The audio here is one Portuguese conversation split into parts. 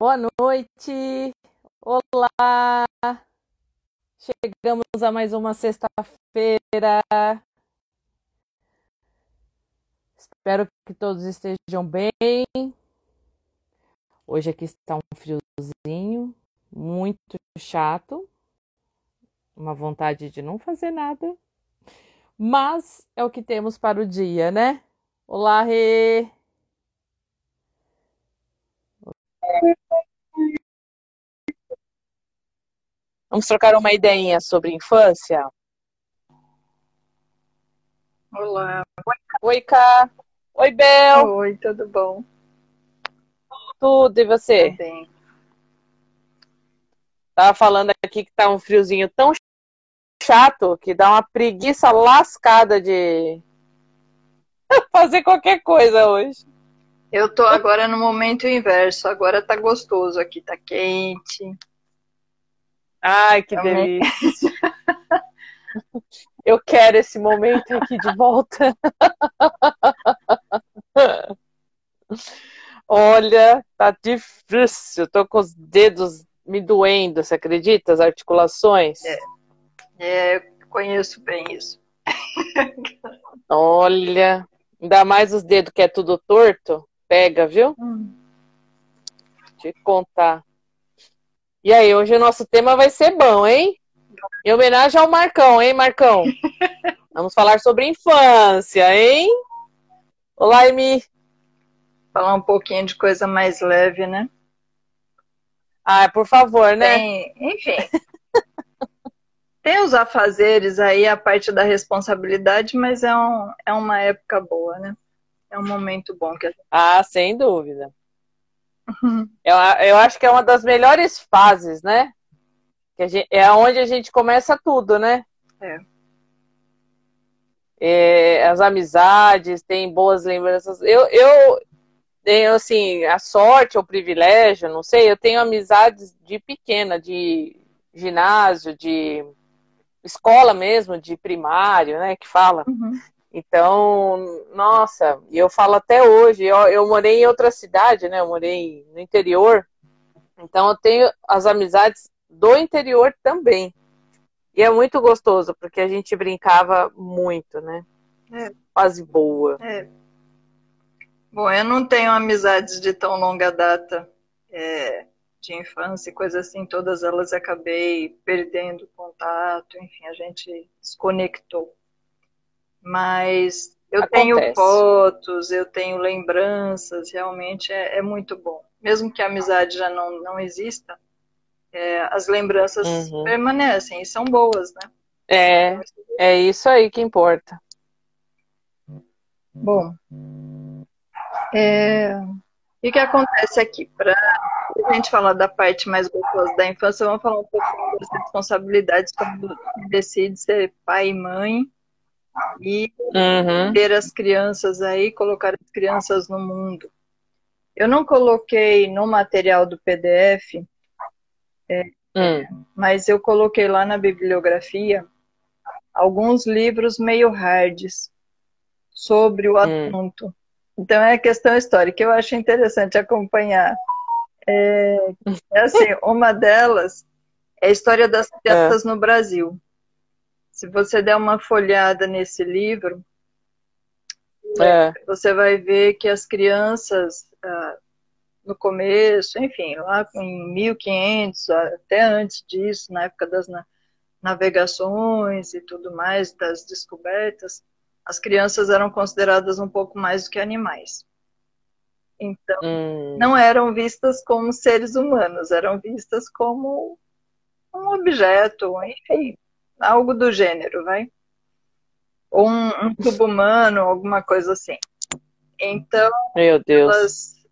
Boa noite. Olá. Chegamos a mais uma sexta-feira. Espero que todos estejam bem. Hoje aqui está um friozinho, muito chato. Uma vontade de não fazer nada. Mas é o que temos para o dia, né? Olá, Rê. Vamos trocar uma ideinha sobre infância? Olá. Oi, Cá. Oi, Bel. Oi, tudo bom? Tudo, e você? Tá bem. Tava falando aqui que tá um friozinho tão chato que dá uma preguiça lascada de fazer qualquer coisa hoje. Eu tô agora no momento inverso. Agora tá gostoso aqui, tá quente. Ai, que Realmente. delícia. Eu quero esse momento aqui de volta. Olha, tá difícil. Tô com os dedos me doendo, você acredita? As articulações. Eu conheço bem isso. Olha, ainda mais os dedos que é tudo torto. Pega, viu? Te contar. E aí, hoje o nosso tema vai ser bom, hein? Em homenagem ao Marcão, hein, Marcão? Vamos falar sobre infância, hein? Olá, Emi. Falar um pouquinho de coisa mais leve, né? Ah, por favor, né? Enfim. Tem os afazeres aí, a parte da responsabilidade, mas é uma época boa, né? É um momento bom que a gente... Ah, sem dúvida. Eu acho que é uma das melhores fases, né? É onde a gente começa tudo, né? As amizades, tem boas lembranças. Eu tenho, assim, a sorte ou o privilégio, não sei, eu tenho amizades de pequena, de ginásio, de escola mesmo, de primário, né, que fala. Então, nossa, e eu falo até hoje, eu morei em outra cidade, né, eu morei no interior, então eu tenho as amizades do interior também. E é muito gostoso, porque a gente brincava muito, né? Quase boa. Bom, eu não tenho amizades de tão longa data, de infância e coisa assim, todas elas acabei perdendo contato, enfim, a gente desconectou. Mas eu tenho fotos, eu tenho lembranças, realmente é muito bom. Mesmo que a amizade já não exista, as lembranças permanecem e são boas, né? É isso aí que importa. Bom, o que acontece aqui? Para a gente falar da parte mais gostosa da infância, vamos falar um pouquinho das responsabilidades quando decide ser pai e mãe e ter as crianças aí, colocar as crianças no mundo. Eu não coloquei no material do PDF, mas eu coloquei lá na bibliografia alguns livros meio hards sobre o assunto. Então é questão histórica. Eu acho interessante acompanhar. Assim, uma delas é a história das crianças no Brasil. Se você der uma folhada nesse livro, você vai ver que as crianças, no começo, enfim, lá em 1500, até antes disso, na época das navegações e tudo mais, das descobertas, as crianças eram consideradas um pouco mais do que animais. Então, não eram vistas como seres humanos, eram vistas como um objeto, enfim, algo do gênero, vai? Ou um sub-humano, alguma coisa assim. Então, meu Deus, elas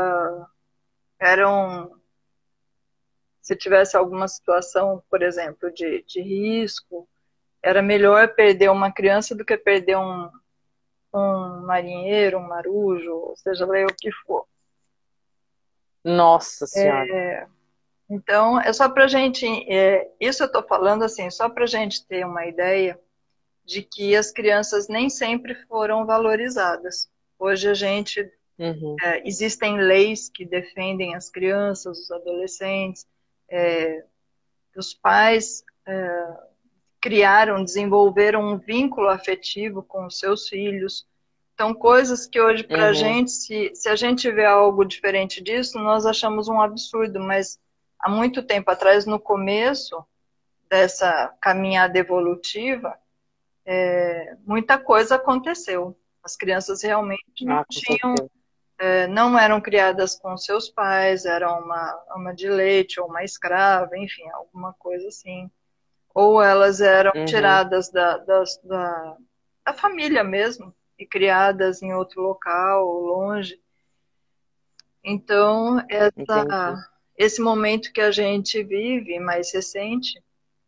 eram... Se tivesse alguma situação, por exemplo, de risco, era melhor perder uma criança do que perder um marinheiro, um marujo, ou seja lá o que for. Nossa Senhora. Então, é só para a gente... isso eu estou falando assim, só para a gente ter uma ideia de que as crianças nem sempre foram valorizadas. Hoje a gente Uhum. Existem leis que defendem as crianças, os adolescentes, os pais criaram, desenvolveram um vínculo afetivo com os seus filhos. Então, coisas que hoje, para a Uhum. gente, se a gente vê algo diferente disso, nós achamos um absurdo, mas há muito tempo atrás, no começo dessa caminhada evolutiva, muita coisa aconteceu. As crianças realmente não Ah, com tinham, certeza. não eram criadas com seus pais, eram uma ama de leite ou uma escrava, enfim, alguma coisa assim. Ou elas eram Uhum. tiradas da família mesmo e criadas em outro local, longe. Então, Entendi. esse momento que a gente vive, mais recente,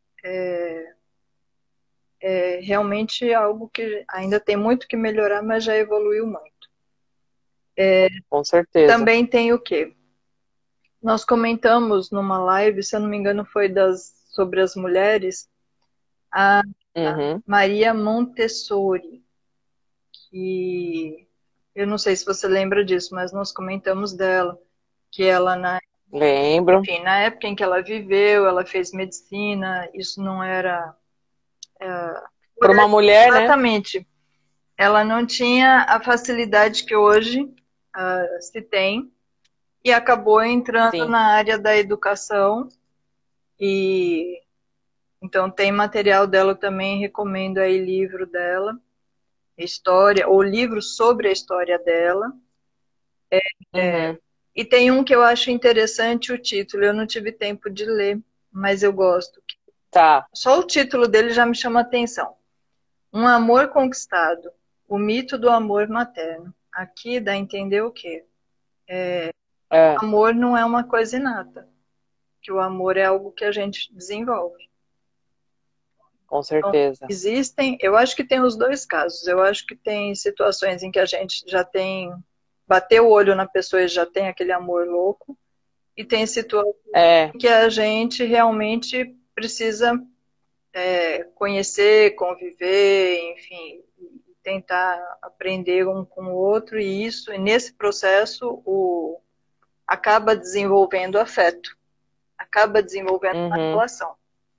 é realmente algo que ainda tem muito que melhorar, mas já evoluiu muito. Com certeza. Também tem o quê? Nós comentamos numa live, se eu não me engano, foi sobre as mulheres, a Uhum. Maria Montessori, que eu não sei se você lembra disso, mas nós comentamos dela, que ela, Lembro. enfim, na época em que ela viveu, ela fez medicina, isso não era Para uma mulher, né? exatamente. Ela não tinha a facilidade que hoje se tem e acabou entrando Sim. na área da educação e então tem material dela também, recomendo aí livro dela, história, ou livro sobre a história dela. Uhum. E tem um que eu acho interessante o título, eu não tive tempo de ler, mas eu gosto. Tá. Só o título dele já me chama a atenção. Um amor conquistado, o mito do amor materno. Aqui dá a entender o quê? É, Amor não é uma coisa inata, que o amor é algo que a gente desenvolve. com Então, certeza. existem, eu acho que tem os dois casos. Eu acho que tem situações em que a gente já tem, bateu o olho na pessoa e já tem aquele amor louco, e tem situações É, em que a gente realmente precisa conhecer, conviver, enfim, tentar aprender um com o outro, e isso, e nesse processo, acaba desenvolvendo afeto, acaba desenvolvendo uma uhum. relação.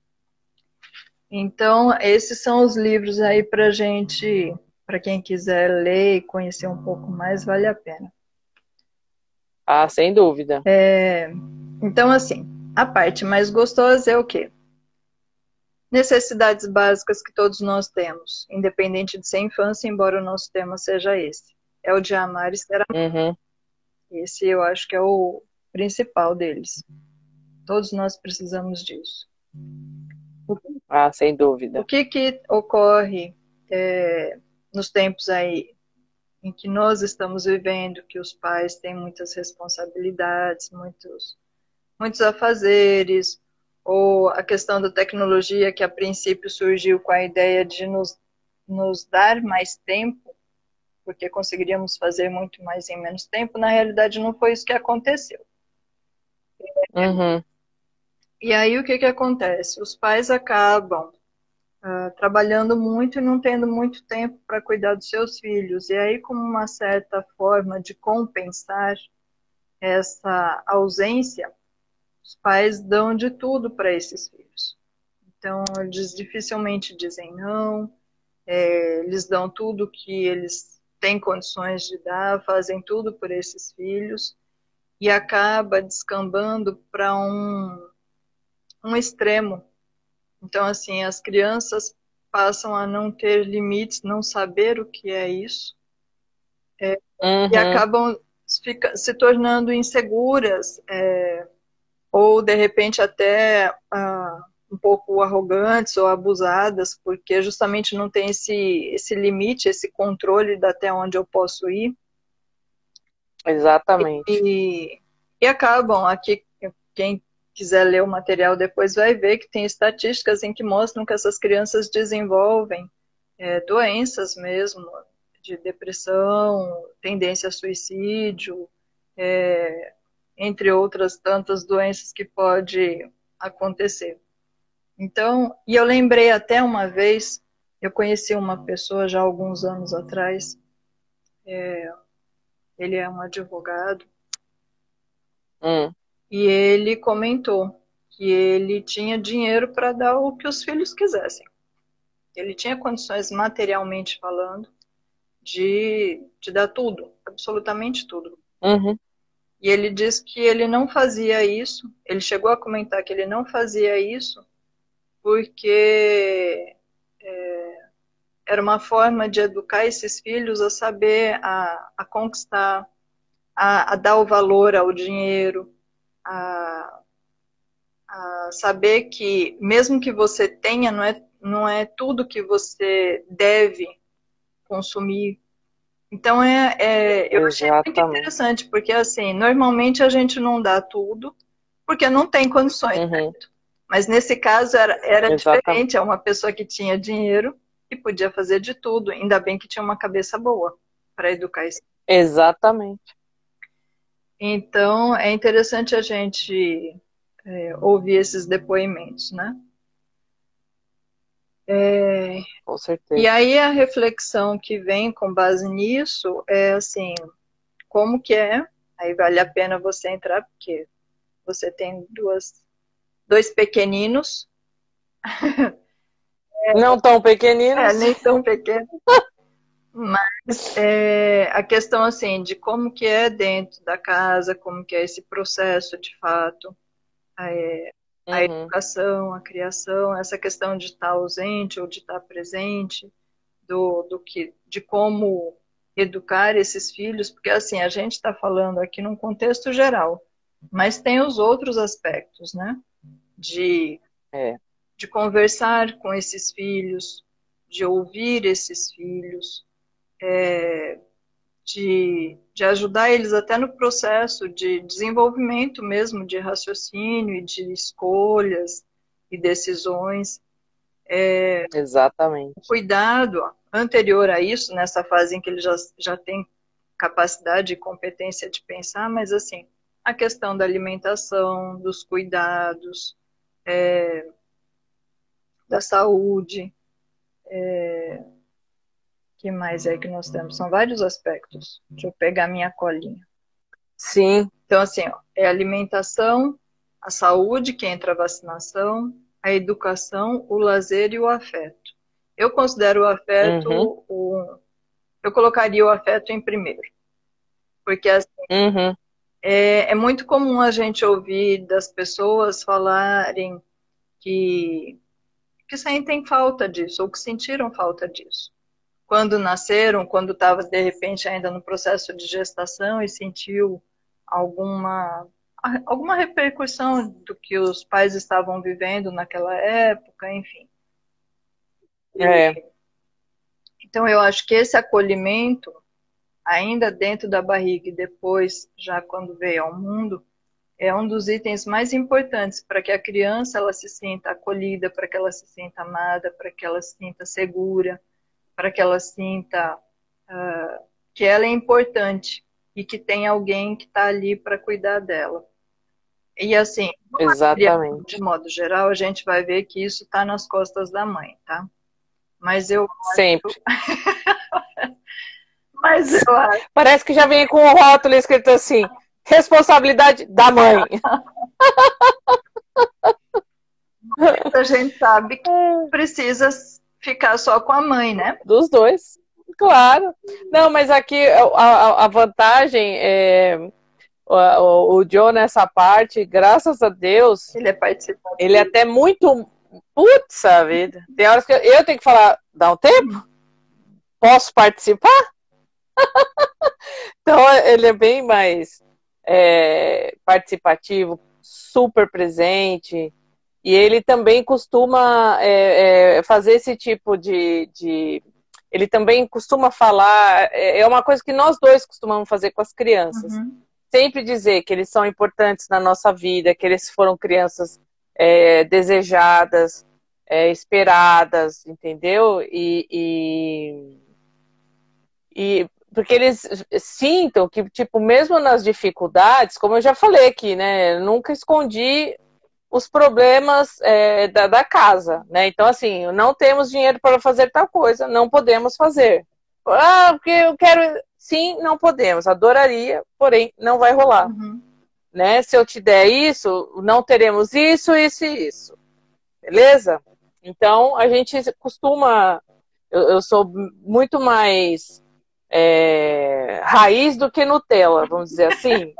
Então, esses são os livros aí para gente, para quem quiser ler e conhecer um pouco mais, vale a pena. Ah, sem dúvida. Então, assim, a parte mais gostosa é o quê? Necessidades básicas que todos nós temos, independente de ser infância, embora o nosso tema seja esse. É o de amar e ser amado. Uhum. Esse eu acho que é o principal deles. Todos nós precisamos disso. Ah, sem O dúvida. que ocorre nos tempos aí em que nós estamos vivendo, que os pais têm muitas responsabilidades, muitos afazeres, ou a questão da tecnologia que a princípio surgiu com a ideia de nos dar mais tempo, porque conseguiríamos fazer muito mais em menos tempo, na realidade não foi isso que aconteceu. Uhum. E aí o que acontece? Os pais acabam trabalhando muito e não tendo muito tempo para cuidar dos seus filhos. E aí, como uma certa forma de compensar essa ausência, os pais dão de tudo para esses filhos. Então, eles dificilmente dizem não, eles dão tudo que eles têm condições de dar, fazem tudo por esses filhos e acaba descambando para um extremo. Então, assim, as crianças passam a não ter limites, não saber o que é isso, e Uhum. acabam se tornando inseguras, ou de repente até um pouco arrogantes ou abusadas, porque justamente não tem esse limite, esse controle de até onde eu posso ir, Exatamente. e acabam aqui, quem quiser ler o material depois vai ver que tem estatísticas em que mostram que essas crianças desenvolvem doenças mesmo, de depressão, tendência a suicídio, entre outras tantas doenças que pode acontecer. Então, e eu lembrei até uma vez, eu conheci uma pessoa já há alguns anos atrás, ele é um advogado, Hum. e ele comentou que ele tinha dinheiro para dar o que os filhos quisessem. Ele tinha condições, materialmente falando, de dar tudo, absolutamente tudo. Uhum. E ele diz que ele não fazia isso, ele chegou a comentar que ele não fazia isso porque era uma forma de educar esses filhos a saber, a conquistar, a dar o valor ao dinheiro, a saber que mesmo que você tenha, não é tudo que você deve consumir. Então, eu achei muito Exatamente. interessante, porque assim, normalmente a gente não dá tudo, porque não tem condições, Uhum. certo? Mas nesse caso era Exatamente. diferente, é uma pessoa que tinha dinheiro e podia fazer de tudo, ainda bem que tinha uma cabeça boa para educar isso. Exatamente. Então, é interessante a gente ouvir esses depoimentos, né? Com E certeza. aí a reflexão que vem com base nisso é assim, como que é, aí vale a pena você entrar, porque você tem dois pequeninos, Não tão pequeninos. nem tão pequenos, mas a questão assim, de como que é dentro da casa, como que é esse processo de fato, a Uhum. educação, a criação, essa questão de estar ausente ou de estar presente, de como educar esses filhos, porque assim, a gente está falando aqui num contexto geral, mas tem os outros aspectos, né? De, É. de conversar com esses filhos, de ouvir esses filhos, de ajudar eles até no processo de desenvolvimento mesmo, de raciocínio e de escolhas e decisões. Exatamente. O cuidado anterior a isso, nessa fase em que ele já tem capacidade e competência de pensar, mas assim, a questão da alimentação, dos cuidados, da saúde, que mais é que nós temos? São vários aspectos. Deixa eu pegar minha colinha. Sim. Então, assim, ó, é a alimentação, a saúde, que entra a vacinação, a educação, o lazer e o afeto. Eu considero o afeto, Uhum. eu colocaria o afeto em primeiro, porque assim, Uhum. é muito comum a gente ouvir das pessoas falarem que sentem falta disso, ou que sentiram falta disso. Quando nasceram, quando estava, de repente, ainda no processo de gestação e sentiu alguma, alguma repercussão do que os pais estavam vivendo naquela época, enfim. É. Então, eu acho que esse acolhimento, ainda dentro da barriga e depois, já quando veio ao mundo, é um dos itens mais importantes para que a criança ela se sinta acolhida, para que ela se sinta amada, para que ela se sinta segura, para que ela sinta que ela é importante e que tem alguém que está ali para cuidar dela. E assim, Exatamente. de modo geral, a gente vai ver que isso está nas costas da mãe, tá? Mas eu Sempre. acho. Parece que já vem com o rótulo escrito assim: responsabilidade da mãe. A gente sabe que precisa ficar só com a mãe, né? Dos dois, claro. Não, mas aqui a vantagem é o Joe nessa parte, graças a Deus, Ele é participante. ele é até muito putz a vida. Tem horas que eu tenho que falar, dá um tempo? Posso participar? Então ele é bem mais participativo, super presente. E ele também costuma fazer esse tipo de. Ele também costuma falar. É uma coisa que nós dois costumamos fazer com as crianças. Uhum. Sempre dizer que eles são importantes na nossa vida, que eles foram crianças desejadas, esperadas, entendeu? E porque eles sintam que, tipo, mesmo nas dificuldades, como eu já falei aqui, né? Eu nunca escondi os problemas da casa, né? Então, assim, não temos dinheiro para fazer tal coisa, não podemos fazer. Ah, porque eu quero... sim, não podemos. Adoraria, porém, não vai rolar. Né? Se eu te der isso, não teremos isso, isso e isso. Beleza? Então, a gente costuma... Eu sou muito mais raiz do que Nutella, vamos dizer assim.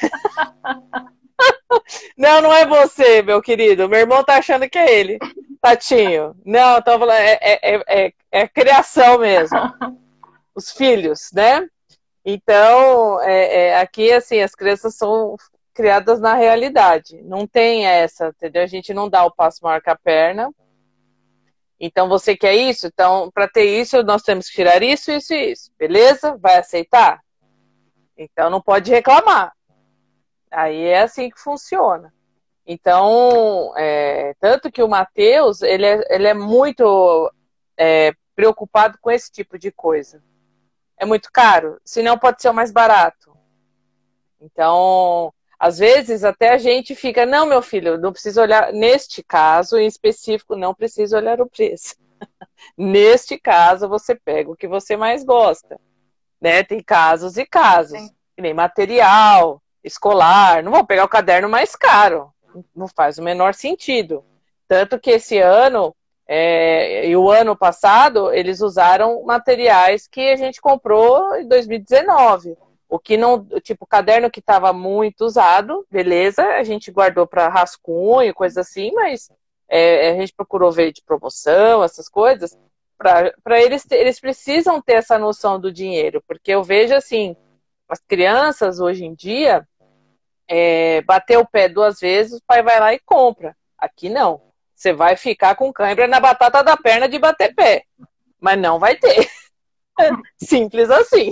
Não, não é você, meu querido. Meu irmão tá achando que é ele. Tatinho. Não, tô falando, é criação mesmo. Os filhos, né? Então, aqui, assim, as crianças são criadas na realidade. Não tem essa, entendeu? A gente não dá o passo maior que a perna. Então, você quer isso? Então, para ter isso, nós temos que tirar isso, isso e isso. Beleza? Vai aceitar? Então, não pode reclamar. Aí é assim que funciona. Então, tanto que o Matheus, ele é muito preocupado com esse tipo de coisa. É muito caro, senão pode ser o mais barato. Então, às vezes até a gente fica, não, meu filho, não precisa olhar, neste caso em específico, não precisa olhar o preço. Neste caso, você pega o que você mais gosta. Né? Tem casos e casos. Sim. Que nem material escolar, não vou pegar o caderno mais caro. Não faz o menor sentido. Tanto que esse ano e o ano passado, eles usaram materiais que a gente comprou em 2019. O que não, tipo, o caderno que estava muito usado, beleza, a gente guardou para rascunho, coisa assim, mas a gente procurou ver de promoção, essas coisas, para eles precisam ter essa noção do dinheiro, porque eu vejo assim, as crianças hoje em dia, bater o pé 2 vezes, o pai vai lá e compra. Aqui não. Você vai ficar com cãibra na batata da perna de bater pé. Mas não vai ter. Simples assim.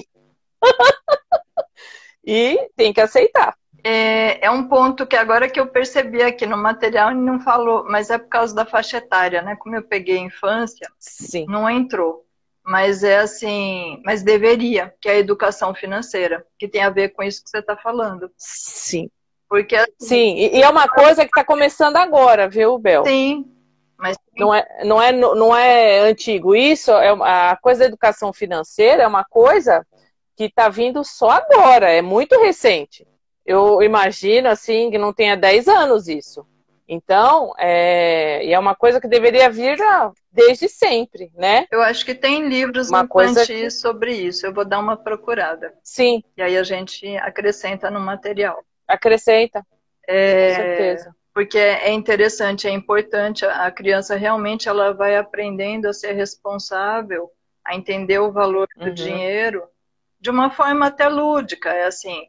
E tem que aceitar. É um ponto que agora que eu percebi aqui no material, ele não falou, mas é por causa da faixa etária, né? Como eu peguei infância, sim, não entrou. Mas é assim, mas deveria, que é a educação financeira, que tem a ver com isso que você está falando. Sim. Porque, assim, sim, e é uma coisa que está começando agora, viu, Bel? Sim. Mas não é antigo. Isso a coisa da educação financeira é uma coisa que está vindo só agora, é muito recente. Eu imagino assim que não tenha 10 anos isso. Então, é uma coisa que deveria vir desde sempre, né? Eu acho que tem livros infantis sobre isso. Eu vou dar uma procurada. Sim. E aí a gente acrescenta no material. Acrescenta. Com certeza. Porque é interessante, é importante. A criança realmente ela vai aprendendo a ser responsável, a entender o valor do dinheiro de uma forma até lúdica. É assim.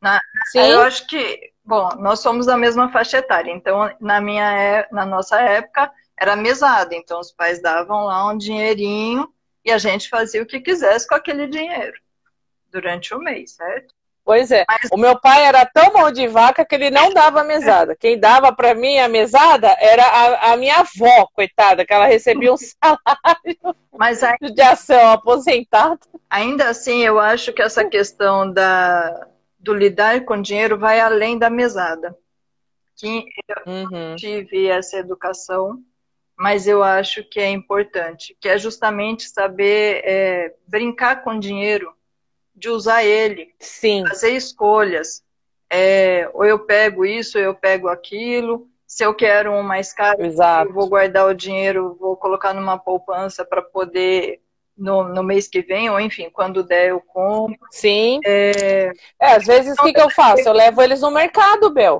Eu acho que, bom, nós somos da mesma faixa etária, então na nossa época era mesada, então os pais davam lá um dinheirinho e a gente fazia o que quisesse com aquele dinheiro durante o mês, certo? Pois é, o meu pai era tão mão de vaca que ele não dava mesada. Quem dava para mim a mesada era a minha avó, coitada, que ela recebia um salário de ação aposentada. Ainda assim, eu acho que essa questão do lidar com dinheiro vai além da mesada. Que eu tive essa educação, mas eu acho que é importante, que é justamente saber brincar com dinheiro, de usar ele, fazer escolhas. Ou eu pego isso, ou eu pego aquilo. Se eu quero um mais caro, eu vou guardar o dinheiro, vou colocar numa poupança para poder... No mês que vem, ou enfim, quando der eu compro. Sim. Às vezes o que eu faço? Eu levo eles no mercado, Bel.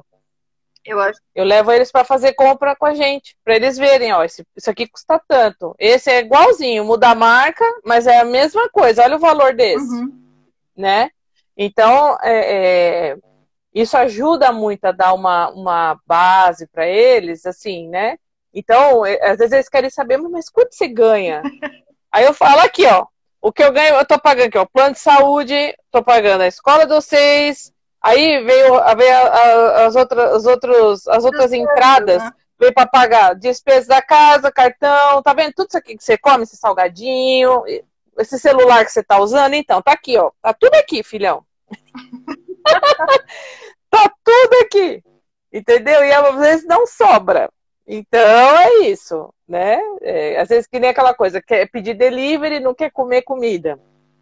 Eu levo eles para fazer compra com a gente, para eles verem, ó, isso aqui custa tanto. Esse é igualzinho, muda a marca, mas é a mesma coisa. Olha o valor desse, né? Então, isso ajuda muito a dar uma base para eles, assim, né? Então, às vezes eles querem saber, mas quanto você ganha? Aí eu falo aqui, ó, o que eu ganho, eu tô pagando aqui, ó, plano de saúde, tô pagando a escola de vocês, aí veio as outras entradas, veio para pagar despesas da casa, cartão, tá vendo? Tudo isso aqui que você come, esse salgadinho, esse celular que você tá usando, então, tá aqui, ó, tá tudo aqui, filhão. Tá tudo aqui, entendeu? E às vezes não sobra. Então é isso, né? Às vezes que nem aquela coisa, quer pedir delivery, não quer comer comida,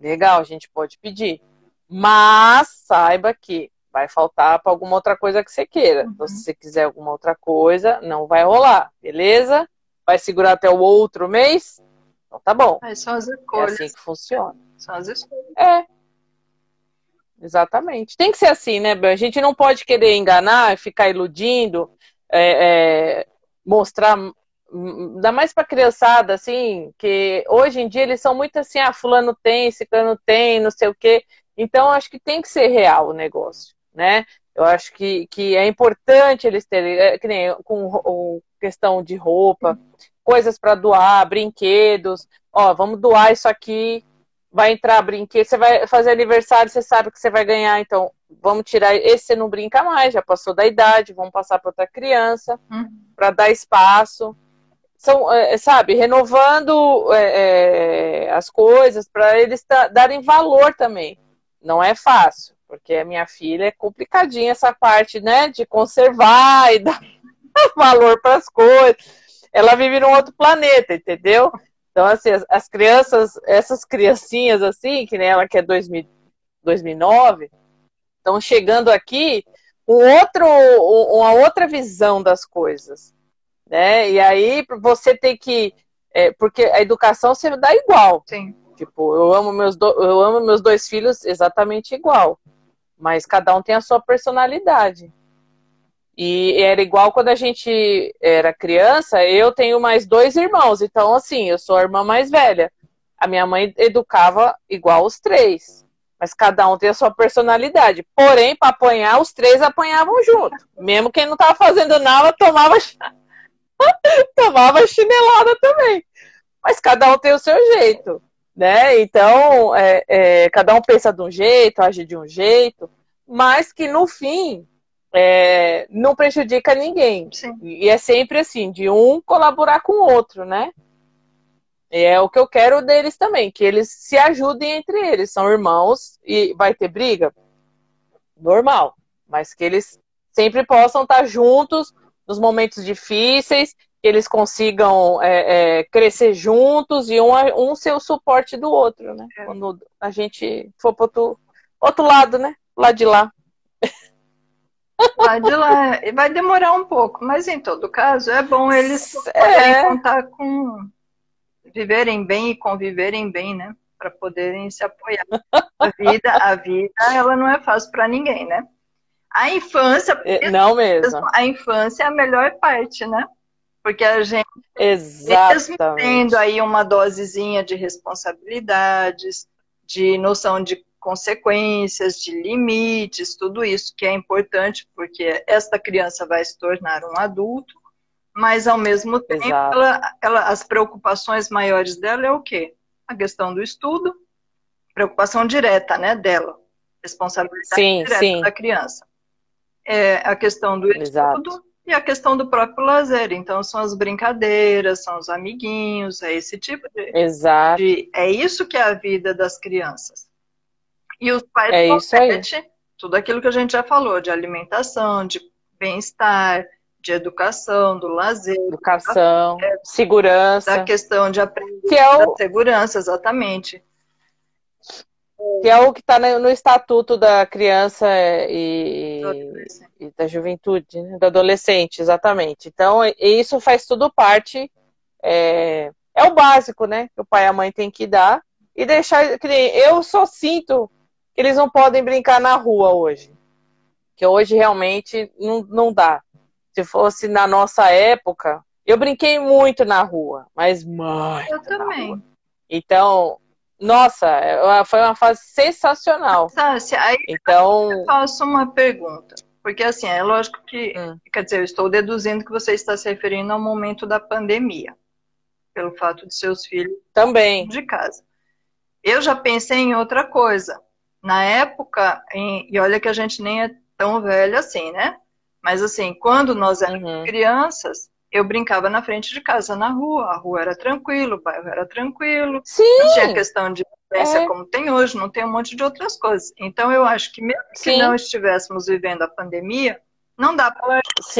Legal, a gente pode pedir. Mas saiba que vai faltar para alguma outra coisa que você queira. Então, se você quiser alguma outra coisa, não vai rolar, beleza? Vai segurar até o outro mês? Então tá bom. Aí são as É escolhas. assim que funciona. São as escolhas. É, exatamente. Tem que ser assim, né, Bel? A gente não pode querer enganar, ficar iludindo, mostrar, ainda mais pra criançada, assim, que hoje em dia eles são muito assim, fulano tem, ciclano tem, não sei o quê. Então, acho que tem que ser real o negócio, né? Eu acho que é importante eles terem, que nem com questão de roupa, coisas para doar, brinquedos. Ó, vamos doar isso aqui, vai entrar brinquedo, você vai fazer aniversário, você sabe que você vai ganhar, então vamos tirar esse, você não brinca mais, já passou da idade, vamos passar para outra criança, para dar espaço. São, sabe, renovando as coisas para eles darem valor também. Não é fácil, porque a minha filha é complicadinha essa parte, né, de conservar e dar valor para as coisas. Ela vive num outro planeta, entendeu? Então, assim, as crianças, essas criancinhas assim, que nem ela que é 2009, estão chegando aqui com uma outra visão das coisas, né? E aí você tem que, porque a educação você dá igual. Sim. Tipo, eu amo meus dois filhos exatamente igual, mas cada um tem a sua personalidade. E era igual quando a gente era criança, eu tenho mais 2 irmãos, então assim, eu sou a irmã mais velha. A minha mãe educava igual os 3, mas cada um tem a sua personalidade. Porém, para apanhar, os 3 apanhavam junto. Mesmo quem não estava fazendo nada, tomava chinelada também. Mas cada um tem o seu jeito, né? Então, cada um pensa de um jeito, age de um jeito, mas que no fim não prejudica ninguém. Sim. E é sempre assim, de um colaborar com o outro, né? E é o que eu quero deles também, que eles se ajudem entre eles. São irmãos e vai ter briga? Normal. Mas que eles sempre possam estar juntos nos momentos difíceis, que eles consigam crescer juntos e um ser o suporte do outro, né? Quando a gente for para outro lado, né? Lá de lá. Lá de lá. Vai demorar um pouco, mas em todo caso é bom eles poderem contar com viverem bem e conviverem bem, né? Para poderem se apoiar. A vida, ela não é fácil para ninguém, né? A infância, não mesmo. A infância é a melhor parte, né? Porque a gente, exatamente, mesmo tendo aí uma dosezinha de responsabilidades, de noção de consequências, de limites, tudo isso que é importante, porque esta criança vai se tornar um adulto, mas ao mesmo tempo as preocupações maiores dela é o quê? A questão do estudo, preocupação direta, né, dela, responsabilidade direta da criança. A questão do estudo e a questão do próprio lazer. Então são as brincadeiras, são os amiguinhos, é esse tipo de é isso que é a vida das crianças. E os pais competem tudo aquilo que a gente já falou, de alimentação, de bem-estar, de educação, do lazer, segurança, da questão de aprendizagem, da segurança, exatamente. Que é o que está no Estatuto da Criança e da Juventude, né? Do adolescente, exatamente. Então, isso faz tudo parte, é o básico, né? Que o pai e a mãe têm que dar e deixar. Eu só sinto que eles não podem brincar na rua hoje. Que hoje realmente não dá. Se fosse na nossa época, eu brinquei muito na rua, mas muito. Eu também. Então, nossa, foi uma fase sensacional. Aí então, eu faço uma pergunta. Porque assim, é lógico que, quer dizer, eu estou deduzindo que você está se referindo ao momento da pandemia. Pelo fato de seus filhos também de casa. Eu já pensei em outra coisa. Na época, e olha que a gente nem é tão velho assim, né? Mas assim, quando nós éramos crianças, eu brincava na frente de casa, na rua. A rua era tranquilo, o bairro era tranquilo. Sim. Não tinha questão de violência como tem hoje, não tem um monte de outras coisas. Então eu acho que mesmo que não estivéssemos vivendo a pandemia, não dá para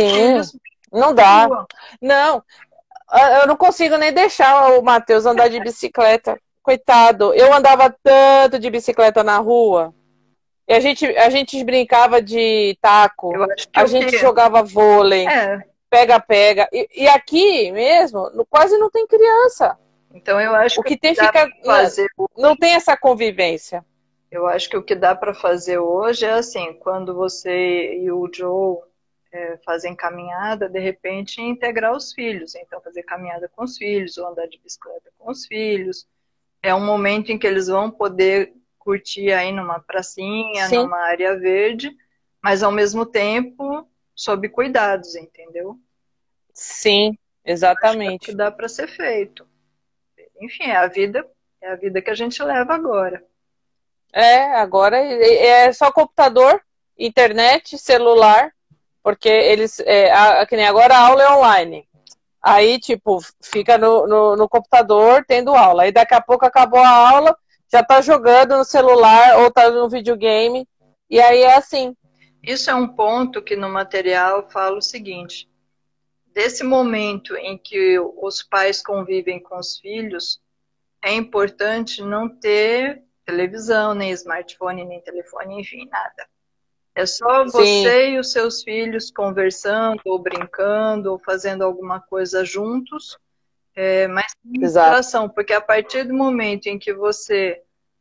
não dá. Não, eu não consigo nem deixar o Matheus andar de bicicleta. Coitado, eu andava tanto de bicicleta na rua. E a gente brincava de taco, Eu acho que a o gente que jogava vôlei, é, pega-pega. E aqui mesmo, quase não tem criança. então eu acho O que o que que tem dá para fica. fazer, Não tem essa convivência. eu acho que o que dá para fazer hoje é assim, quando você e o Joe fazem caminhada, de repente integrar os filhos, então fazer caminhada com os filhos ou andar de bicicleta com os filhos. É um momento em que eles vão poder curtir aí numa pracinha, Sim, numa área verde, mas ao mesmo tempo sob cuidados, entendeu? sim, Acho que é o que exatamente. dá para ser feito. Enfim, é a vida que a gente leva agora. Agora é só computador, internet, celular, porque eles, que nem agora a aula é online. Aí, tipo, fica no computador tendo aula. Aí daqui a pouco acabou a aula, já tá jogando no celular ou tá no videogame. E aí é assim. Isso é um ponto que no material fala o seguinte: desse momento em que os pais convivem com os filhos, é importante não ter televisão, nem smartphone, nem telefone, enfim, nada. É só Sim, você e os seus filhos conversando, ou brincando, ou fazendo alguma coisa juntos, mas sem exato. distração, porque a partir do momento em que você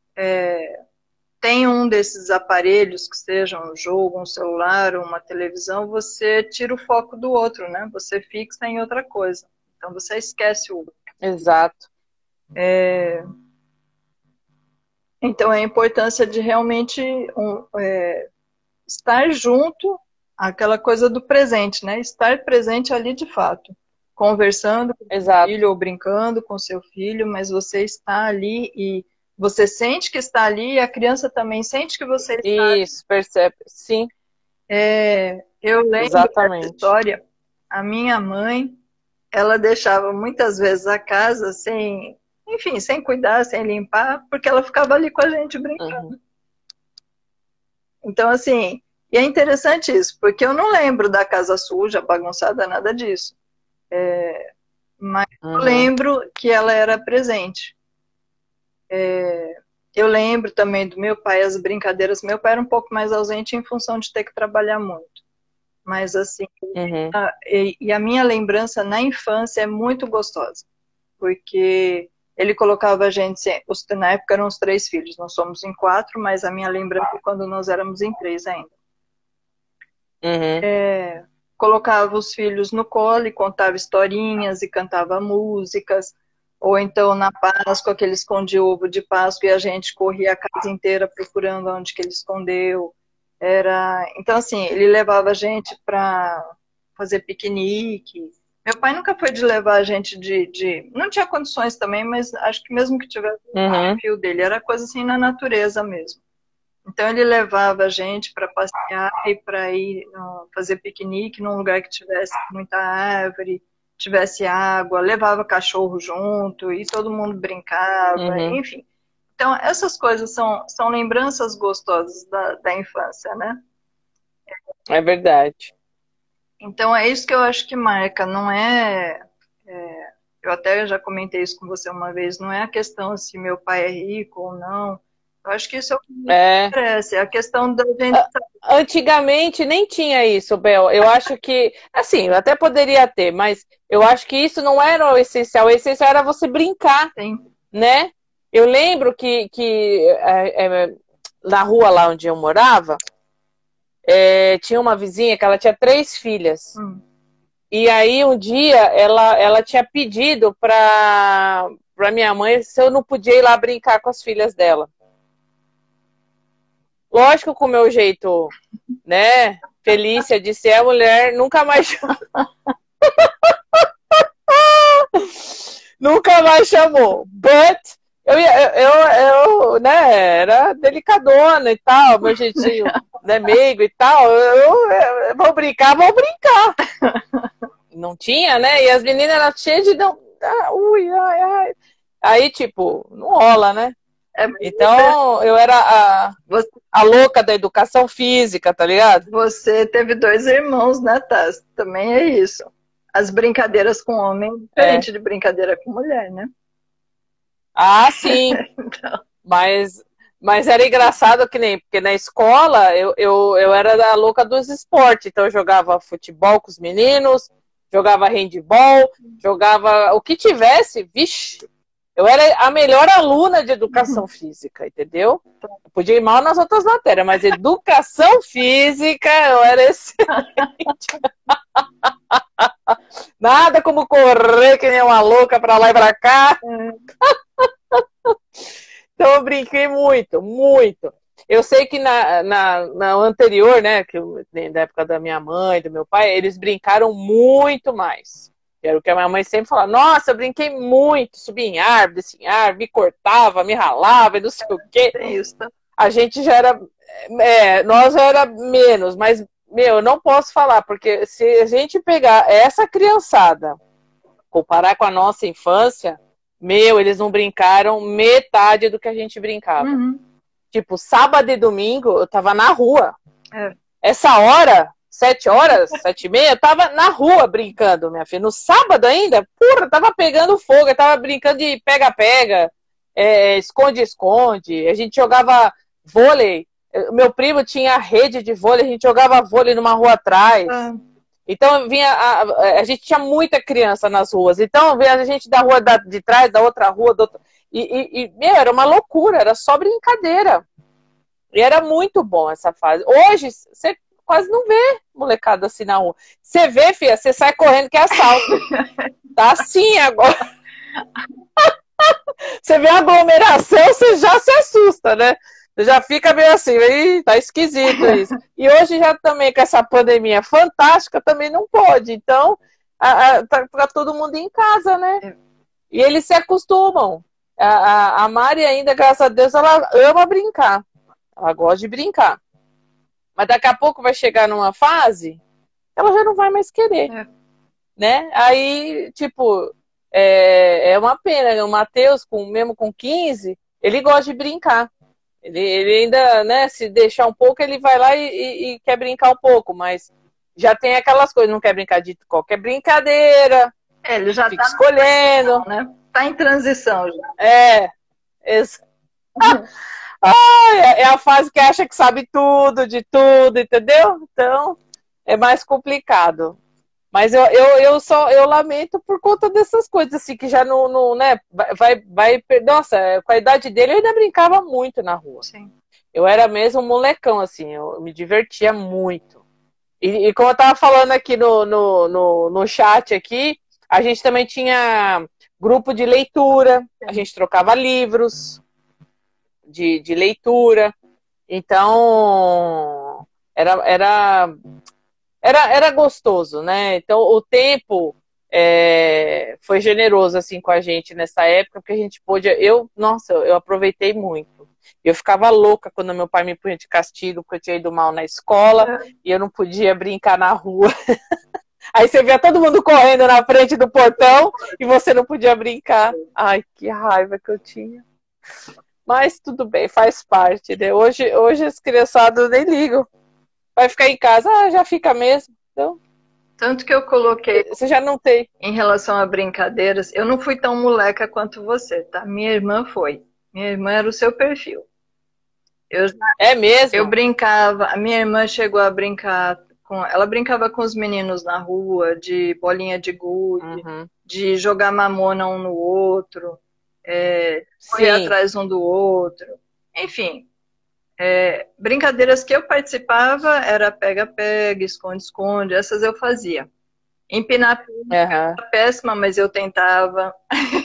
tem um desses aparelhos, que seja um jogo, um celular, ou uma televisão, você tira o foco do outro, né? Você fixa em outra coisa. Então você esquece o outro. Exato. Então é a importância de realmente estar junto, aquela coisa do presente, né? Estar presente ali de fato, conversando com o seu Exato. filho ou brincando com o seu filho, mas você está ali e você sente que está ali e a criança também sente que você está ali. Isso, percebe. Sim, Eu lembro dessa exatamente. história, a minha mãe, ela deixava muitas vezes a casa sem, enfim, sem cuidar, sem limpar, porque ela ficava ali com a gente brincando. Uhum. Então, assim, e é interessante isso, porque eu não lembro da casa suja, bagunçada, nada disso. Mas eu Uhum. lembro que ela era presente. Eu lembro também do meu pai, as brincadeiras. Meu pai era um pouco mais ausente em função de ter que trabalhar muito. Mas, assim, Uhum. e a minha lembrança na infância é muito gostosa, porque ele colocava a gente, na época eram os 3 filhos, nós somos em 4, mas a minha lembrança é quando nós éramos em 3 ainda. Uhum. Colocava os filhos no colo e contava historinhas e cantava músicas, ou então na Páscoa que ele escondia o ovo de Páscoa e a gente corria a casa inteira procurando onde que ele escondeu. Então assim, ele levava a gente para fazer piquenique. Meu pai nunca foi de levar a gente não tinha condições também, mas acho que mesmo que tivesse o Uhum. fio dele, era coisa assim na natureza mesmo. Então ele levava a gente para passear e para ir fazer piquenique num lugar que tivesse muita árvore, tivesse água, levava cachorro junto e todo mundo brincava, Uhum. enfim. Então essas coisas são lembranças gostosas da infância, né? É verdade. Então é isso que eu acho que marca, não eu até já comentei isso com você uma vez, não é a questão se meu pai é rico ou não. Eu acho que isso é o que me É. interessa, é a questão da gente. Antigamente nem tinha isso, Bel. Eu acho que, assim, até poderia ter, mas eu acho que isso não era o essencial. O essencial era você brincar, Sim. né? Eu lembro que na rua lá onde eu morava, tinha uma vizinha que ela tinha 3 filhas. E aí um dia ela tinha pedido para minha mãe se eu não podia ir lá brincar com as filhas dela. Lógico, com o meu jeito, né? Felícia de ser a mulher, nunca mais chamou. But né, era delicadona e tal, meu jeitinho, né, meigo e tal. Eu vou brincar, vou brincar. Não tinha, né? E as meninas eram cheias de não, ui, ai, ai. Aí, tipo, não rola, né? Mas Então, eu era você, a louca da educação física, tá ligado? você teve 2 irmãos, né, Taz? Também é isso. As brincadeiras com homem é É. diferente de brincadeira com mulher, né? Ah, sim. Então, Mas era engraçado que nem, porque na escola eu era da louca dos esportes, então eu jogava futebol com os meninos, jogava handball, jogava o que tivesse, vixe, eu era a melhor aluna de educação física, entendeu? Eu podia ir mal nas outras matérias, mas educação física eu era excelente. Nada como correr que nem uma louca pra lá e pra cá. Então eu brinquei muito, muito. Eu sei que na anterior, né, que na época da minha mãe, do meu pai, eles brincaram muito mais. Era o que a minha mãe sempre falava. Nossa, eu brinquei muito, subia em árvore, descia em árvore, me cortava, me ralava, não sei o quê. tem isso, tá? A gente já era, nós já era menos, mas, meu, eu não posso falar, porque se a gente pegar essa criançada, comparar com a nossa infância, meu, eles não brincaram metade do que a gente brincava. Uhum. Tipo, sábado e domingo eu tava na rua. É. Essa hora, 7 horas, 7h30, eu tava na rua brincando, minha filha. No sábado ainda, porra, tava pegando fogo, eu tava brincando de pega-pega, esconde-esconde. A gente jogava vôlei. Meu primo tinha rede de vôlei, a gente jogava vôlei numa rua atrás. Então vinha a gente tinha muita criança nas ruas. Então vinha a gente da rua de trás, da outra rua, da outra... meu, era uma loucura, era só brincadeira. E era muito bom essa fase. Hoje, você quase não vê molecada assim na rua. Você vê, filha, você sai correndo que é assalto. Tá assim agora. Você vê a aglomeração, você já se assusta, né? Você já fica meio assim, tá esquisito isso. E hoje já também com essa pandemia fantástica, também não pode. Então, tá todo mundo em casa, né? E eles se acostumam. A Mari ainda, graças a Deus, ela ama brincar. Ela gosta de brincar. Mas daqui a pouco vai chegar numa fase, ela já não vai mais querer. Né? Aí, tipo, é uma pena. O Matheus, mesmo com 15, ele gosta de brincar. Ele ainda, né, se deixar um pouco, ele vai lá e quer brincar um pouco, mas já tem aquelas coisas, não quer brincar de qualquer brincadeira, ele já fica escolhendo. Né? Tá em transição já. É a fase que acha que sabe tudo, de tudo, entendeu? Então, é mais complicado. Mas eu lamento por conta dessas coisas, assim, que já não né, nossa, com a idade dele eu ainda brincava muito na rua. Sim. Eu era mesmo um molecão, assim, eu me divertia muito. E como eu tava falando aqui no chat aqui, a gente também tinha grupo de leitura, a gente trocava livros de leitura. Então, era gostoso, né? Então, o tempo foi generoso, assim, com a gente nessa época, porque a gente pôde... Nossa, eu aproveitei muito. Eu ficava louca quando meu pai me punha de castigo, porque eu tinha ido mal na escola e eu não podia brincar na rua. Aí você via todo mundo correndo na frente do portão e você não podia brincar. Ai, que raiva que eu tinha. Mas tudo bem, faz parte, né? Hoje as criançadas nem ligam. Vai ficar em casa, já fica mesmo. Então, tanto que eu coloquei... Você já não tem. Em relação a brincadeiras, eu não fui tão moleca quanto você, tá? Minha irmã foi. Minha irmã era o seu perfil. É mesmo? Eu brincava, a minha irmã chegou a brincar ela brincava com os meninos na rua, de bolinha de gude, de jogar mamona um no outro, correr atrás um do outro. Enfim, brincadeiras que eu participava era pega-pega, esconde-esconde, essas eu fazia. Empinar pipa, era péssima, mas eu tentava.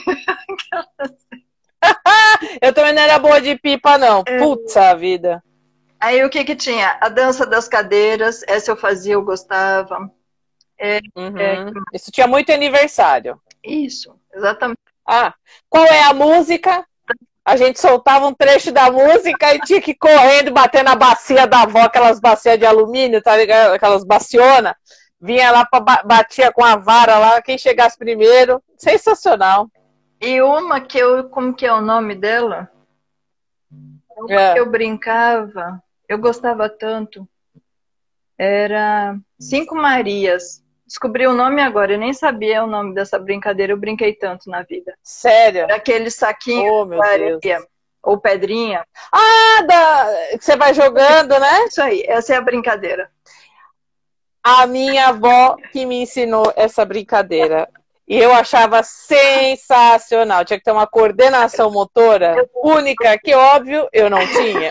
Eu também não era boa de pipa, não. Putz, a vida. Aí o que tinha? A dança das cadeiras, essa eu fazia, eu gostava. Isso tinha muito aniversário. Isso, exatamente. Qual é a música? A gente soltava um trecho da música e tinha que ir correndo, bater na bacia da avó, aquelas bacias de alumínio, tá ligado? Aquelas bacionas. Vinha lá, batia com a vara lá, quem chegasse primeiro. Sensacional. E uma que como que é o nome dela? Uma que eu brincava, eu gostava tanto. Era Cinco Marias. Descobri o nome agora, eu nem sabia o nome dessa brincadeira, eu brinquei tanto na vida. Sério? Era aquele saquinho Oh, de meu areia, Deus. ou pedrinha. Você vai jogando, né? Isso aí, essa é a brincadeira. A minha avó que me ensinou essa brincadeira. E eu achava sensacional. Tinha que ter uma coordenação motora única, que óbvio eu não tinha.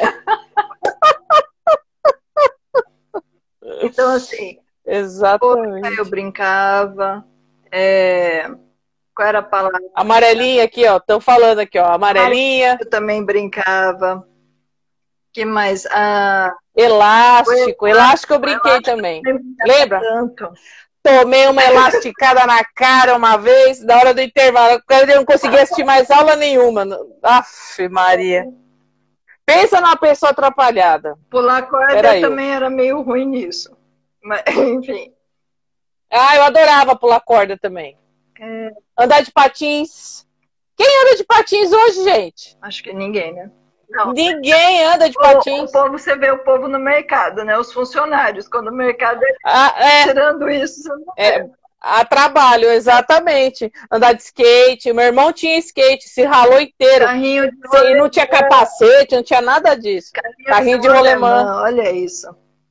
Então, assim, Exatamente. eu brincava. Qual era a palavra? Amarelinha aqui, ó. Estão falando aqui, ó. Amarelinha. Eu também brincava. Que mais? Elástico. Elástico eu brinquei também. Lembra? Tanto. Tomei uma elasticada na cara uma vez, na hora do intervalo. Eu não conseguia assistir mais aula nenhuma. Aff, Maria. Pensa numa pessoa atrapalhada. Pular corda também era meio ruim nisso. Mas, enfim. Eu adorava pular corda também. Andar de patins. Quem anda de patins hoje, gente? Acho que ninguém, né? Não. Ninguém anda de patins. O povo, você vê o povo no mercado, né? Os funcionários, quando o mercado tirando isso, você não vê. A trabalho, exatamente. Andar de skate. Meu irmão tinha skate, se ralou inteiro. Carrinho de rolemã. E não tinha capacete, não tinha nada disso. Carrinho de rolemã. Olha isso.